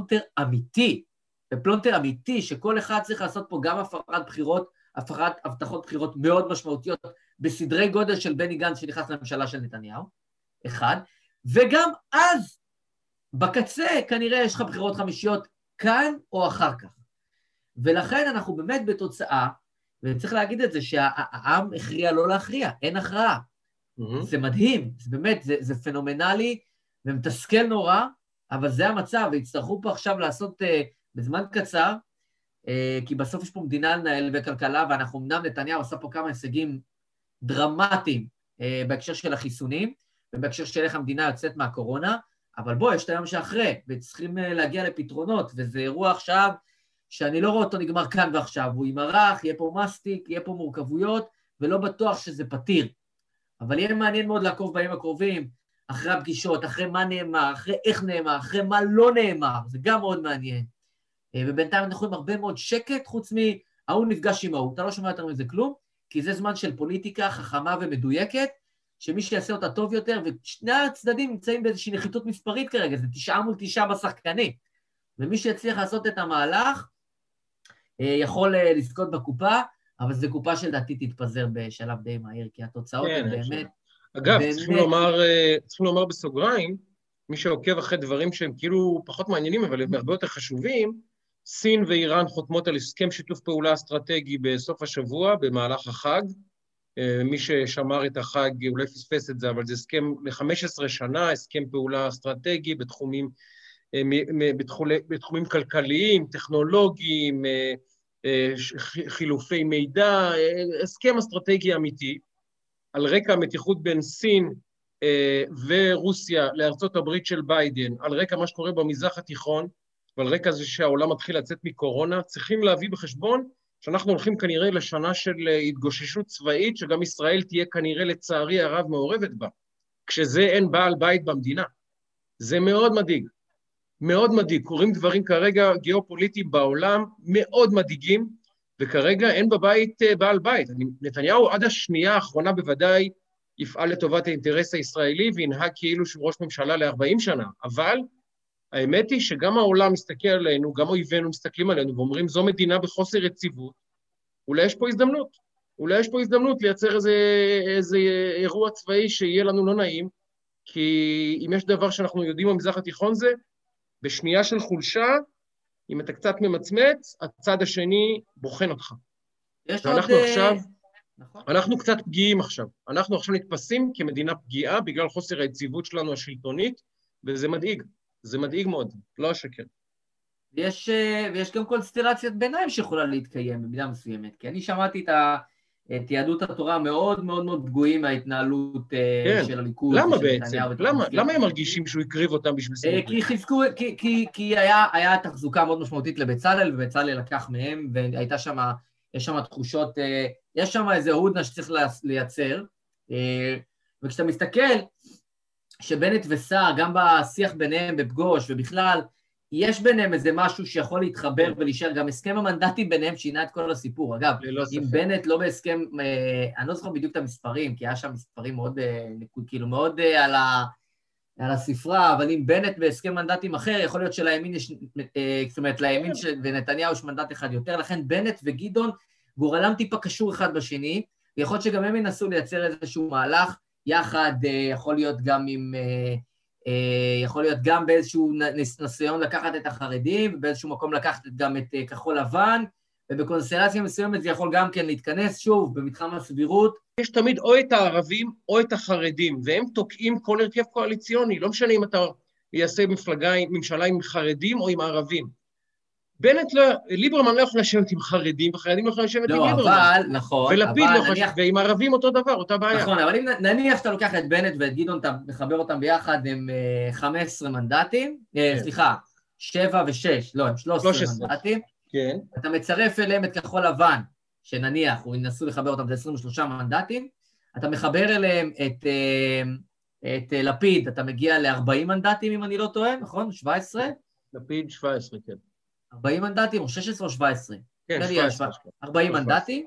בפלונטר אמיתי, שכל אחד צריך לעשות פה גם הפרת הבטחות בחירות מאוד משמעותיות, בסדרי גודל של בני גנץ שנכנס לממשלה של נתניהו, אחד, וגם אז, בקצה, כנראה יש לך בחירות חמישיות כאן או אחר כך. ולכן אנחנו באמת בתוצאה, וצריך להגיד את זה, שהעם הכריע לא להכריע, אין הכרעה. זה מדהים, זה באמת, זה פנומנלי, ומתסכל נורא, אבל זה המצב, והצטרכו פה עכשיו לעשות בזמן קצר, כי בסוף יש פה מדינה לנהל וכלכלה, ואנחנו אמנם נתניהו עשה פה כמה הישגים דרמטיים בהקשר של החיסונים, ובהקשר של איך המדינה יוצאת מהקורונה, אבל בוא, יש את היום שאחרי, וצריכים להגיע לפתרונות, וזה אירוע עכשיו שאני לא רואה אותו נגמר כאן ועכשיו, הוא ימרח, יהיה פה מסטיק, יהיה פה מורכבויות, ולא בטוח שזה פתיר. אבל יהיה מעניין מאוד לעקוב בימים הקרובים, אחרי הפגישות, אחרי מה נאמר, אחרי איך נאמר, אחרי מה לא נאמר, זה גם מאוד מעניין. ובינתיים אנחנו רואים הרבה מאוד שקט, חוץ מההוא נפגש עם ההוא, אתה לא שומע יותר מזה כלום, כי זה זמן של פוליטיקה חכמה ומדויקת, שמי שיעשה אותה טוב יותר, ושני הצדדים נמצאים באיזושהי נחיתות מספרית כרגע, זה 9 מול 9 בשחקנים, ומי שיצליח לעשות את המהלך, יכול לזכות בקופה, אבל זו קופה שלדעתי תתפזר בשלב די מהיר, כי התוצאות הן באמת... אגב, צריכים לומר בסוגריים, מי שעוקב אחרי דברים שהם כאילו פחות מעניינים, אבל הם הרבה יותר חשובים, סין ואיראן חותמות על הסכם שיתוף פעולה אסטרטגי בסוף השבוע, במהלך החג. מי ששמר את החג אולי פספס את זה, אבל זה הסכם ל-15 שנה, הסכם פעולה אסטרטגי בתחומים כלכליים, טכנולוגיים, חילופי מידע, הסכם אסטרטגי אמיתי, על רקע המתיחות בין סין ורוסיה לארצות הברית של ביידן, על רקע מה שקורה במזרח התיכון, ועל רקע זה שהעולם מתחיל לצאת מקורונה, צריכים להביא בחשבון שאנחנו הולכים כנראה לשנה של התגוששות צבאית, שגם ישראל תהיה כנראה לצערי הרב מעורבת בה, כשזה אין בעל בית במדינה. זה מאוד מדאיג, מאוד מדאיג. קוראים דברים כרגע גיאופוליטיים בעולם, מאוד מדאיגים, וכרגע אין בבית בעל בית. נתניהו עד השנייה האחרונה בוודאי יפעל לטובת האינטרס הישראלי, וינהג כאילו שהוא ראש ממשלה ל-40 שנה, אבל האמת היא שגם העולם מסתכל עלינו, גם אויבינו מסתכלים עלינו, ואומרים, זו מדינה בחוסר יציבות, אולי יש פה הזדמנות לייצר איזה אירוע צבאי שיהיה לנו לא נעים, כי אם יש דבר שאנחנו יודעים במזרח התיכון זה, בשנייה של חולשה, אם אתה קצת ממצמץ, הצד השני בוחן אותך. אנחנו קצת פגיעים עכשיו. אנחנו עכשיו נתפסים כמדינה פגיעה, בגלל חוסר היציבות שלנו השלטונית, וזה מדאיג. זה מדאיג מאוד, לא אשקר. ויש גם קונסטלציית ביניים שיכולה להתקיים במידה מסוימת, כי אני שמעתי את יהדות התורה מאוד מאוד מאוד פגועים מההתנהלות של הליכוד. למה בעצם? למה הם מרגישים שהוא הקריב אותם בשביל סמוטריץ'? כי היה תחזוקה מאוד משמעותית לבצלאל, ובצלאל לקח מהם, יש שם תחושות, יש שם איזה הודנה שצריך לייצר, וכשאתה מסתכל, שבנט וסער, גם בשיח ביניהם בפגוש, ובכלל, יש ביניהם איזה משהו שיכול להתחבר ולהישאר, גם הסכם המנדטים ביניהם שינה את כל הסיפור. אגב, אם בנט לא בהסכם, אני לא זוכר בדיוק את המספרים, כי היה שם מספרים מאוד, כאילו מאוד על הספרה, אבל אם בנט בהסכם מנדטים אחר, יכול להיות שלימין יש, זאת אומרת, לימין ונתניהו יש מנדט אחד יותר, לכן בנט וגדעון גורלם טיפה קשור אחד בשני, ויכול להיות שגם הם ינסו לייצר איזשהו מהלך, יחד יכול להיות גם יכול להיות גם באיזשהו ניסיון לקחת את החרדים, ובאיזשהו מקום לקחת גם את כחול לבן, ובקונסטלציה מסוימת זה יכול גם כן להתכנס שוב במתחם הסבירות. יש תמיד או את הערבים או את החרדים, והם תוקעים כל הרכב קואליציוני, לא משנה אם אתה יעשה ממשלה עם חרדים או עם ערבים. ליברמן לא יכול לשבת עם חרדים, וחרדים לא יכולים לשבת עם ליברמן. לא, אבל, נכון, ולפיד לא חושב, ועם ערבים אותו דבר, אותה בעיה. נכון, אבל אם נניח שאתה לוקח את בנט ואת גדעון, אתה מחבר אותם ביחד עם 15 מנדטים, סליחה, 7 ו-6, לא, הם 13 מנדטים, כן. אתה מצרף אליהם את כחול לבן, שנניח, הוא ינסו לחבר אותם ל-23 מנדטים, אתה מחבר אליהם את לפיד, אתה מגיע ל-40 מנדטים, אם אני לא טועה, נכון? 17? לפיד 17, כן. 40 מנדטים, או 16 או 17? כן, 17. 40 מנדטים,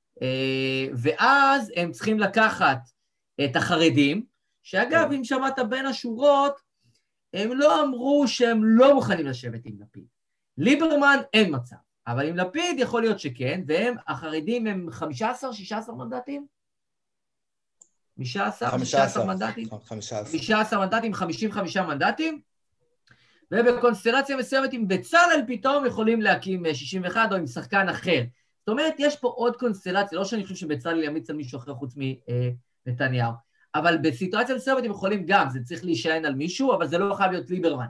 ואז הם צריכים לקחת את החרדים, שאגב, אם שמעת בין השורות, הם לא אמרו שהם לא מוכנים לשבת עם לפיד. ליברמן אין מצב, אבל עם לפיד יכול להיות שכן, והם, החרדים הם 15-16 מנדטים? 15 מנדטים? 15 מנדטים, 55 מנדטים, ובקונסטלציה מסוימת עם בצלאל פתאום יכולים להקים 61 או עם שחקן אחר. זאת אומרת, יש פה עוד קונסטלציה, לא שאני חושב שבצלאל ימיץ על מישהו אחר חוץ מנתניהו, אבל בסיטואציה מסוימת הם יכולים גם, זה צריך להישען על מישהו, אבל זה לא חייב להיות ליברמן.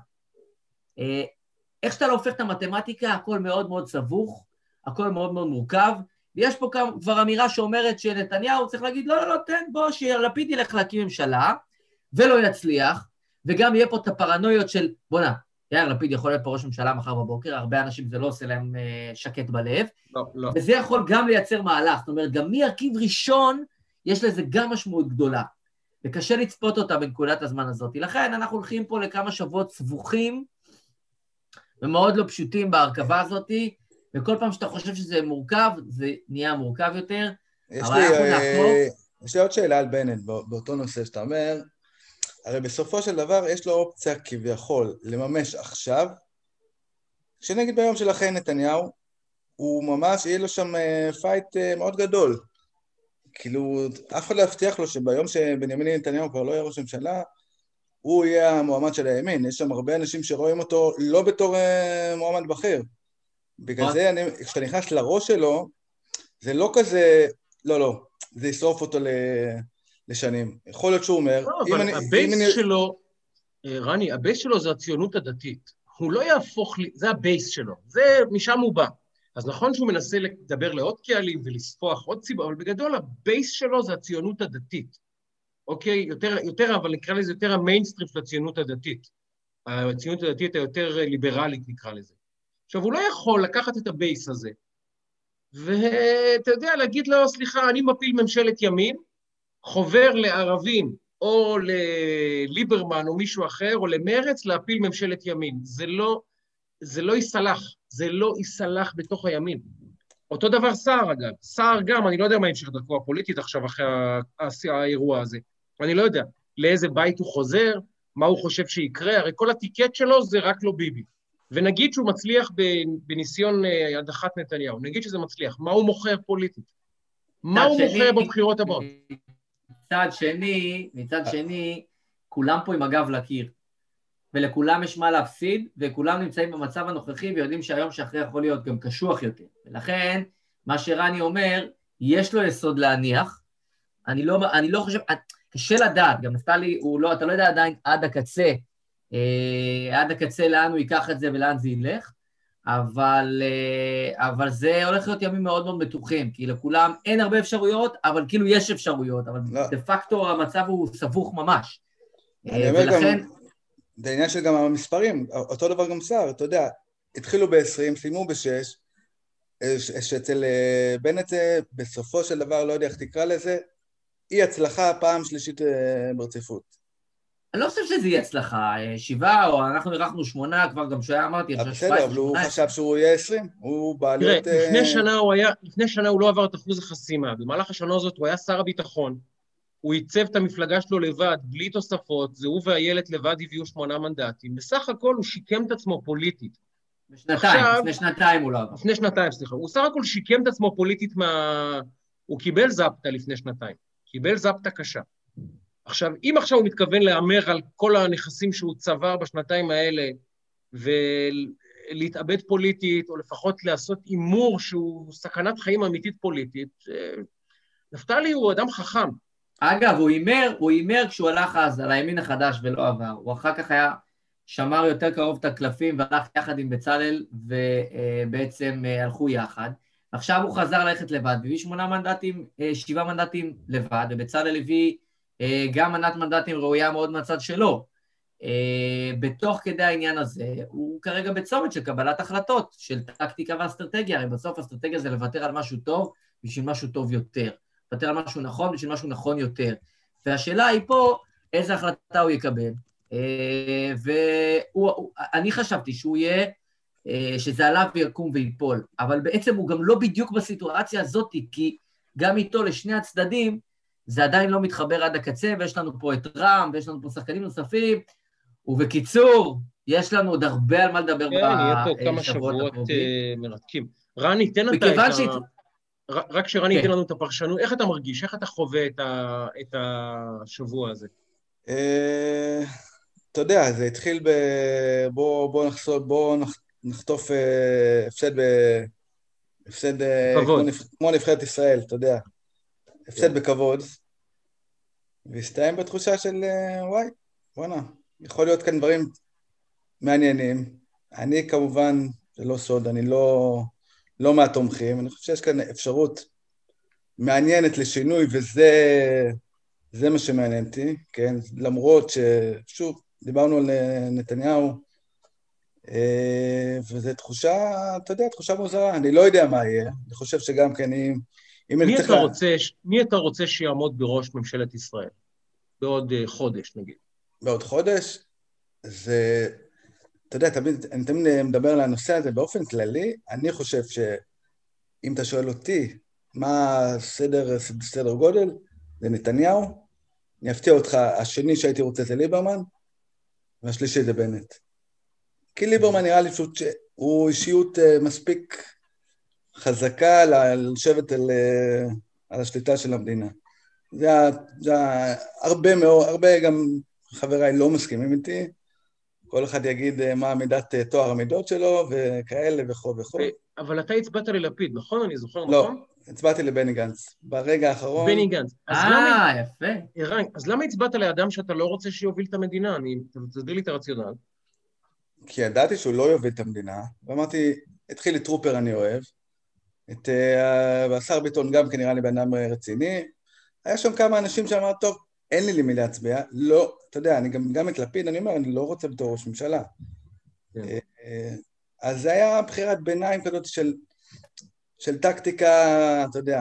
איך שאתה לא הופך את המתמטיקה, הכל מאוד מאוד סבוך, הכל מאוד מאוד מורכב, ויש פה כבר אמירה שאומרת שנתניהו צריך להגיד, לא, תן, בוא, שלפיד ילך להקים ממשלה, ולא יצליח, וגם יהיה פה את הפרנויות של, בוא יאיר לפיד יכול להיות פה ראש ממשלה מחר בבוקר, הרבה אנשים זה לא עושה להם שקט בלב, לא. וזה יכול גם לייצר מהלך, זאת אומרת, גם מהרכיב ראשון, יש לזה גם משמעות גדולה, וקשה לצפות אותה בנקודת הזמן הזאת. לכן אנחנו הולכים פה לכמה שבועות סבוכים, ומאוד לא פשוטים בהרכבה הזאת, וכל פעם שאתה חושב שזה מורכב, זה נהיה מורכב יותר, אבל אנחנו נעקוב. יש לי עוד שאלה על בנט, באותו נושא שאתה אומר, הרי בסופו של דבר יש לו אופציה כביכול לממש עכשיו, שנגיד ביום של אחרי נתניהו, הוא ממש, יהיה לו שם פייט מאוד גדול. כאילו, אף אחד לא יבטיח לו שביום שבנימין נתניהו כבר לא יהיה ראש ממשלה, הוא יהיה המועמד של הימין. יש שם הרבה אנשים שרואים אותו לא בתור מועמד בכיר. בגלל זה, כשאתה נכנס לראש שלו, זה לא כזה, לא, זה ישרוף אותו לשנים. יכול להיות שהוא אומר... לא, אבל הבייס שלו, רני, הבייס שלו זה הציונות הדתית. הוא לא יהפוך, זה הבייס שלו, זה משם הוא בא. אז נכון שהוא מנסה לדבר לעוד קהלים ולספוח עוד ציבור, אבל בגדול הבייס שלו זה הציונות הדתית. אוקיי? יותר, אבל נקרא לזה יותר המיינסטרים של הציונות הדתית. הציונות הדתית היותר ליברלית נקרא לזה. עכשיו, הוא לא יכול לקחת את הבייס הזה, ואתה יודע, להגיד לו, סליחה, אני מפיל ממשלת ימין, חובר לערבים, או לליברמן, או מישהו אחר, או למרץ, להפיל ממשלת ימין. זה לא יסלח בתוך הימין. אותו דבר סער, אגב. סער גם, אני לא יודע מה המשך דרכו הפוליטית עכשיו, אחרי האירוע הזה. אני לא יודע לאיזה בית הוא חוזר, מה הוא חושב שיקרה, הרי כל הטיקט שלו זה רק לא ביבי. ונגיד שהוא מצליח בניסיון הדחת נתניהו, נגיד שזה מצליח, מה הוא מוכר פוליטית? מה הוא מוכר בבחירות הבאות? מצד שני, כולם פה עם הגב לקיר, ולכולם יש מה להפסיד, וכולם נמצאים במצב הנוכחי, ויודעים שהיום שאחרי יכול להיות גם קשוח יותר. ולכן, מה שרני אומר, יש לו יסוד להניח, אני לא חושב, קשה לדעת, גם נפתלי, אתה לא יודע עדיין עד הקצה לאן הוא ייקח את זה ולאן זה ילך, אבל זה הולך להיות ימים מאוד מאוד בטוחים, כי לכולם אין הרבה אפשרויות, אבל כאילו יש אפשרויות, אבל דה פקטו המצב הוא סבוך ממש. ולכן... זה עניין של גם המספרים, אותו דבר גם שר, אתה יודע, התחילו ב-20, סיימו ב-6, שאצל בנט בסופו של דבר, לא יודע איך תקרא לזה, היא הצלחה פעם שלישית ברציפות. אני לא חושב שזה יהיה הצלחה, 7, או אנחנו ערכנו 8, כבר גם שהיה אמרתי, בסדר, אבל הוא חשב שהוא יהיה 20, הוא בא להיות... תראה, לפני שנה הוא לא עבר את אחוז החסימה, במהלך השנה הזאת הוא היה שר הביטחון, הוא ייצב את המפלגה שלו לבד, בלי תוספות, זה הוא והילד לבד הביאו 8 מנדטים, בסך הכל הוא שיקם את עצמו פוליטית. לפני שנתיים הוא לא עבר. לפני שנתיים, סליחה, הוא סך הכל שיקם את עצמו פוליטית הוא קיבל זפטה לפני שנתיים, קיבל זפטה קשה. עכשיו, אם עכשיו הוא מתכוון לאמר על כל הנכסים שהוא צבר בשנתיים האלה, ולהתאבד פוליטית, או לפחות לעשות אימור שהוא סכנת חיים אמיתית פוליטית, נפתלי הוא אדם חכם. אגב, הוא אימר כשהוא הלך אז על הימין החדש ולא עבר, הוא אחר כך היה שמר יותר קרוב את הקלפים והלך יחד עם בצלאל, ובעצם הלכו יחד. עכשיו הוא חזר ללכת לבד, והביא 7 מנדטים לבד, ובצלאל הביא גם מנת מנדטים ראויה מאוד מהצד שלו. בתוך כדי העניין הזה, הוא כרגע בצומת של קבלת החלטות, של טקטיקה ואסטרטגיה, הרי בסוף אסטרטגיה זה לוותר על משהו טוב, בשביל משהו טוב יותר. לוותר על משהו נכון, בשביל משהו נכון יותר. והשאלה היא פה, איזה החלטה הוא יקבל. ואני חשבתי שהוא יהיה, שזה עליו יקום ויפול, אבל בעצם הוא גם לא בדיוק בסיטואציה הזאת, כי גם איתו לשני הצדדים, זה עדיין לא מתחבר עד הקצה, ויש לנו פה את רם, ויש לנו פה שחקנים נוספים, ובקיצור, יש לנו עוד הרבה על מה לדבר בשבועות הקרובים. כן, יהיה פה כמה שבועות מרתקים. רני, תן אתה את רק שרני ייתן לנו את הפרשנות, איך אתה מרגיש, איך אתה חווה את השבוע הזה? אתה יודע, זה התחיל בוא נחטוף הפסד כמו נבחרת ישראל, אתה יודע, הפסד בכבוד, והסתיים בתחושה של וואי, בוא'נה, יכול להיות כאן דברים מעניינים. אני כמובן, זה לא סוד, אני לא מהתומכים, אני חושב שיש כאן אפשרות מעניינת לשינוי, וזה מה שמעניין אותי, כן? למרות ששוב, דיברנו על נתניהו, וזו תחושה, אתה יודע, תחושה מוזרה, אני לא יודע מה יהיה, אני חושב שגם כן מי אתה רוצה שיעמוד בראש ממשלת ישראל? בעוד חודש, נגיד. בעוד חודש? זה, אתה יודע, אני תמיד מדבר על הנושא הזה באופן כללי, אני חושב שאם אתה שואל אותי מה סדר גודל, זה נתניהו, אני אפתיע אותך, השני שהייתי רוצה זה ליברמן, והשלישי זה בנט. כי ליברמן נראה לי שהוא אישיות מספיק חזקה לשבת על השליטה של המדינה. זה הרבה גם חבריי לא מסכימים איתי, כל אחד יגיד מה מידת תואר המידות שלו, וכאלה וכו'. אבל אתה הצבעת ללפיד, נכון? אני זוכר, נכון? לא, הצבעתי לבני גנץ, ברגע האחרון. בני גנץ. יפה. ערן, אז למה הצבעת לאדם שאתה לא רוצה שיוביל את המדינה? תסביר לי את הרציונל. כי ידעתי שהוא לא יוביל את המדינה, ואמרתי, התחיל את טרופר אני אוהב, את השר ביטון גם כנראה לי בן אדם רציני, היה שם כמה אנשים שאמר, טוב, אין לי למי להצביע, לא, אתה יודע, אני גם את לפיד, אני אומר, אני לא רוצה בתור ראש ממשלה. אז זה היה בחירת ביניים כזאת של טקטיקה, אתה יודע,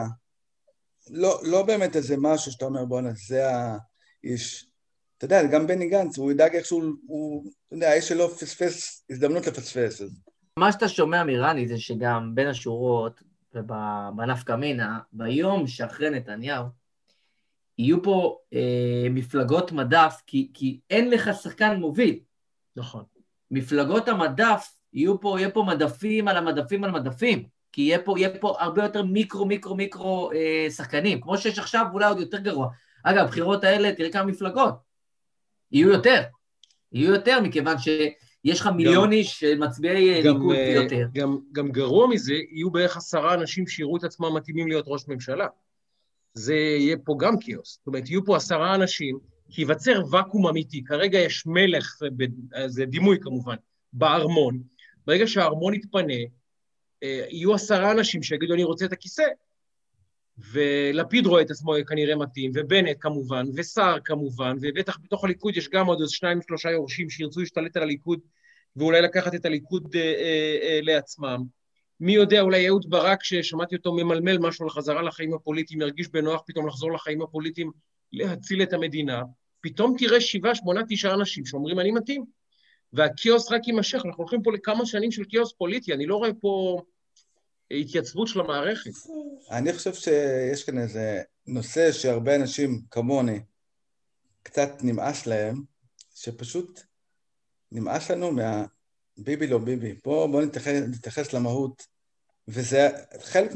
לא באמת איזה משהו שאתה אומר, בוא'נה, זה האיש. אתה יודע, גם בני גנץ, הוא ידאג איך שהוא, אתה יודע, האיש שלו פספס, הזדמנות לפספס. מה שאתה שומע מרני זה שגם בין השורות ובנפקא מינה, ביום שאחרי נתניהו, יהיו פה מפלגות מדף, כי אין לך שחקן מוביל. נכון. מפלגות המדף, יהיה פה מדפים על המדפים על מדפים, כי יהיה פה הרבה יותר מיקרו שחקנים, כמו שיש עכשיו, אולי עוד יותר גרוע. אגב, הבחירות האלה, תראה כמה מפלגות. יהיו יותר, מכיוון שיש לך מיליון איש מצביעי ליכוד יותר. גם גרוע מזה, יהיו בערך 10 אנשים שיראו את עצמם מתאימים להיות ראש ממשלה. זה יהיה פה גם קיוס. זאת אומרת, יהיו פה 10 אנשים, כי ייווצר וקום אמיתי. כרגע יש מלך, זה דימוי כמובן, בארמון. ברגע שהארמון יתפנה, יהיו 10 אנשים שיגידו, אני רוצה את הכיסא. ולפיד רואה את עצמו כנראה מתאים, ובנט כמובן, ושר כמובן, ובטח בתוך הליכוד יש גם עוד 2-3 יורשים שירצו להשתלט על הליכוד, ואולי לקחת את הליכוד לעצמם. מי יודע, אולי אהוד ברק, ששמעתי אותו ממלמל משהו לחזרה לחיים הפוליטיים, ירגיש בנוח פתאום לחזור לחיים הפוליטיים, להציל את המדינה, פתאום תראה 7, 8, 9 אנשים שאומרים אני מתאים, והקיוס רק יימשך, אנחנו הולכים פה לכמה שנים של קיוס פוליטי, אני לא רואה פה התייצבות של המערכת. אני חושב שיש כאן איזה נושא שהרבה אנשים כמוני, קצת נמאס להם, שפשוט נמאס לנו ביבי לא ביבי, בוא נתייחס למהות, וזה חלק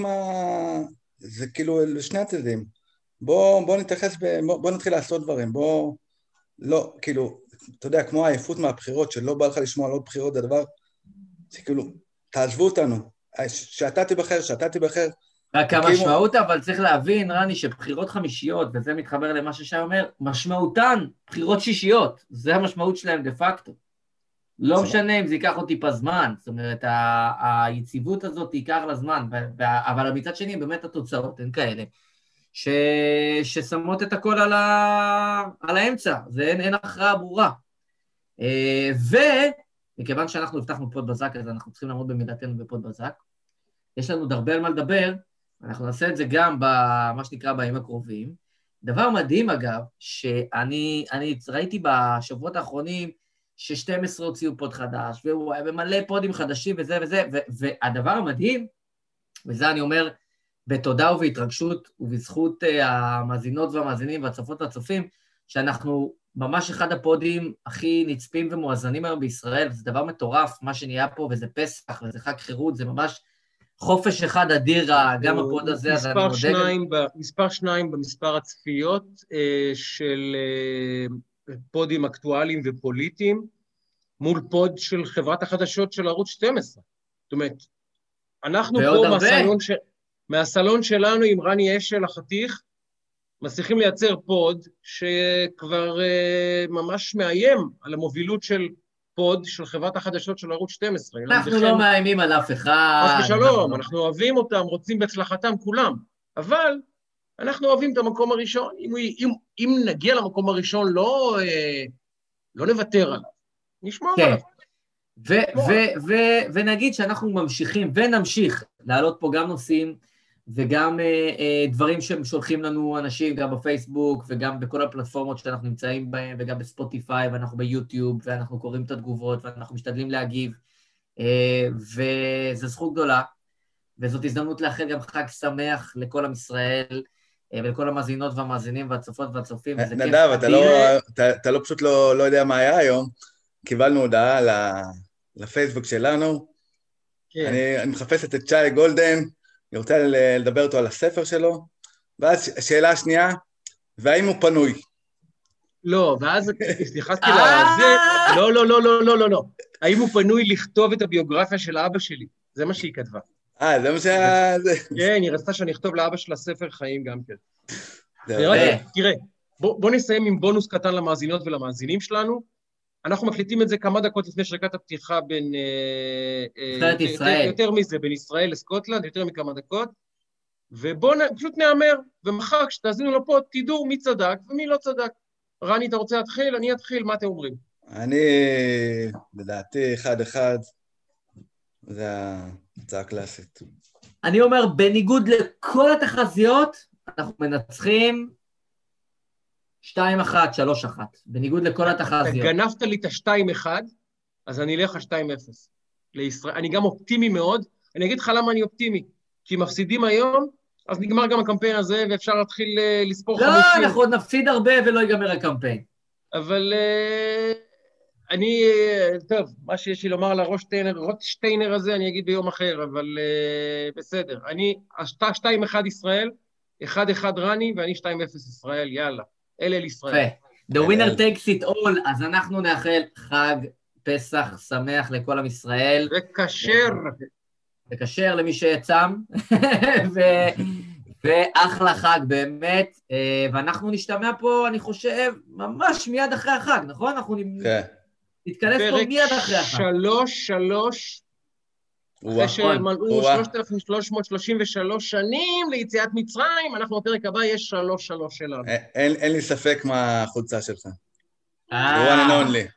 זה כאילו לשני הצדדים, בוא נתחיל לעשות דברים, לא, כאילו, אתה יודע, כמו העייפות מהבחירות, שלא בא לך לשמוע על עוד בחירות, זה דבר, שכאילו, תעזבו אותנו, שאתה תיבחר. רק המשמעות, אבל צריך להבין, רני, שבחירות חמישיות, וזה מתחבר למה ששי אומר, משמעותן בחירות שישיות, זה המשמעות שלהם דה פקטו. לא משנה אם זה ייקח עוד טיפה זמן, זאת אומרת, היציבות הזאת ייקח לה זמן, אבל מצד שני, באמת התוצאות הן כאלה, ששמות את הכל על האמצע, אין הכרעה ברורה. ומכיוון שאנחנו הבטחנו פוד בזק, אז אנחנו צריכים לעמוד במילתנו בפוד בזק, יש לנו הרבה על מה לדבר, אנחנו נעשה את זה גם במה שנקרא בימים הקרובים. דבר מדהים אגב, שאני ראיתי בשבועות האחרונים, ש12 הוציאו פוד חדש, והוא היה במלא פודים חדשים וזה וזה, והדבר המדהים, וזה אני אומר בתודה ובהתרגשות ובזכות המאזינות והמאזינים והצופות והצופים, שאנחנו ממש אחד הפודים הכי נצפים ומואזנים היום בישראל, וזה דבר מטורף, מה שנהיה פה, וזה פסח, וזה חג חירות, זה ממש חופש אחד אדיר, גם הפוד הזה, אז אני מודה... מספר 2 במספר הצפיות של פודים אקטואליים ופוליטיים, מול פוד של חברת החדשות של ערוץ 12. זאת אומרת, אנחנו פה מהסלון שלנו עם רני אשל החתיך, מצליחים לייצר פוד שכבר ממש מאיים על המובילות של פוד של חברת החדשות של ערוץ 12. אנחנו לא מאיימים על אף אחד. אז בשלום, אנחנו אוהבים אותם, רוצים בהצלחתם כולם, אבל אנחנו אוהבים את המקום הראשון. אם נגיע למקום הראשון, לא נוותר עליו, נשמור עליו. ונגיד שאנחנו ממשיכים ונמשיך לעלות פה גם נושאים, וגם דברים שהם שולחים לנו אנשים, גם בפייסבוק, וגם בכל הפלטפורמות שאנחנו נמצאים בהן, וגם בספוטיפיי, ואנחנו ביוטיוב, ואנחנו קוראים את התגובות, ואנחנו משתדלים להגיב, וזו זכות גדולה, וזאת הזדמנות לאחל גם חג שמח לכל עם ישראל, ולכל המאזינות והמאזינים, והצופות והצופים, וזה כיף. נדב, אתה לא פשוט לא יודע מה היה היום, קיבלנו הודעה לפייסבוק שלנו, אני מחפשת את שי גולדן, אני רוצה לדבר אותו על הספר שלו, ואז שאלה השנייה, והאם הוא פנוי? לא, ואז התייחסתי לזה, לא. האם הוא פנוי לכתוב את הביוגרפיה של אבא שלי? זה מה שהיא כתבה. זה מה שהיה... כן, היא רצתה שאני אכתוב לאבא של הספר חיים גם כן. תראה, בוא נסיים עם בונוס קטן למאזינות ולמאזינים שלנו, אנחנו מקליטים את זה כמה דקות לפני שריקת הפתיחה בין... יותר מזה, בין ישראל לסקוטלנד, יותר מכמה דקות, ובואו פשוט נאמר, ומחר כשתאזינו לפה, תדעו מי צדק ומי לא צדק. רני, אתה רוצה להתחיל? אני אתחיל, מה אתם אומרים? אני, לדעתי, 1-1, זה ההצעה הקלאסית. אני אומר, בניגוד לכל התחזיות, אנחנו מנצחים 2-1, 3-1, בניגוד לכל התחזיות. אתה גנבת לי את ה-2-1, אז אני אלך 2-0 לישראל. אני גם אופטימי מאוד, אני אגיד לך למה אני אופטימי, כי מפסידים היום, אז נגמר גם הקמפיין הזה, ואפשר להתחיל לספור חמוצים. לא, אנחנו עוד נפסיד הרבה ולא ייגמר הקמפיין. אבל אני, טוב, מה שיש לי לומר לרוטשטיינר הזה, אני אגיד ביום אחר, אבל בסדר. אני, 2-1 ישראל, 1-1 רני, ואני 2-0 ישראל, יאללה. אלה לישראל. The winner takes it all, אז אנחנו נאחל חג פסח שמח לכל עם ישראל. וכשר למי שיצם, ואחלה חג באמת, ואנחנו נשתמע פה, אני חושב, ממש מיד אחרי החג, נכון? אנחנו נתכנס פה מיד אחרי החג. פרק 3, אחרי שמלאו 3,333 שנים ליציאת מצרים, אנחנו בפרק הבא יש 3 שלנו. אין לי ספק מה החולצה שלך. The one and only.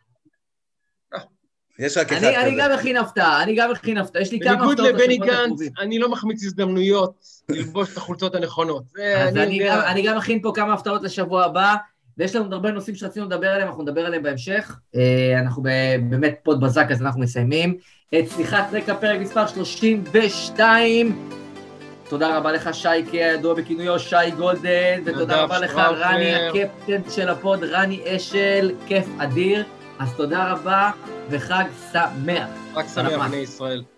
יש רק אחד כזה. אני גם הכין הפתעה, יש לי כמה הפתעות. בניגוד לבני גנץ, אני לא מחמיץ הזדמנויות ללבוש את החולצות הנכונות. אז אני גם מכין פה כמה הפתעות לשבוע הבא, ויש לנו הרבה נושאים שרצינו לדבר עליהם, אנחנו נדבר עליהם בהמשך. אנחנו באמת פוד בזק, אז אנחנו מסיימים. את שיחת רקע פרק מספר 32. תודה רבה לך שי, כידוע בכינויו שי גולדן, ותודה רבה לך רני, הקפטן של הפוד, רני אשל, כיף אדיר. אז תודה רבה וחג שמח. חג שמח בני ישראל.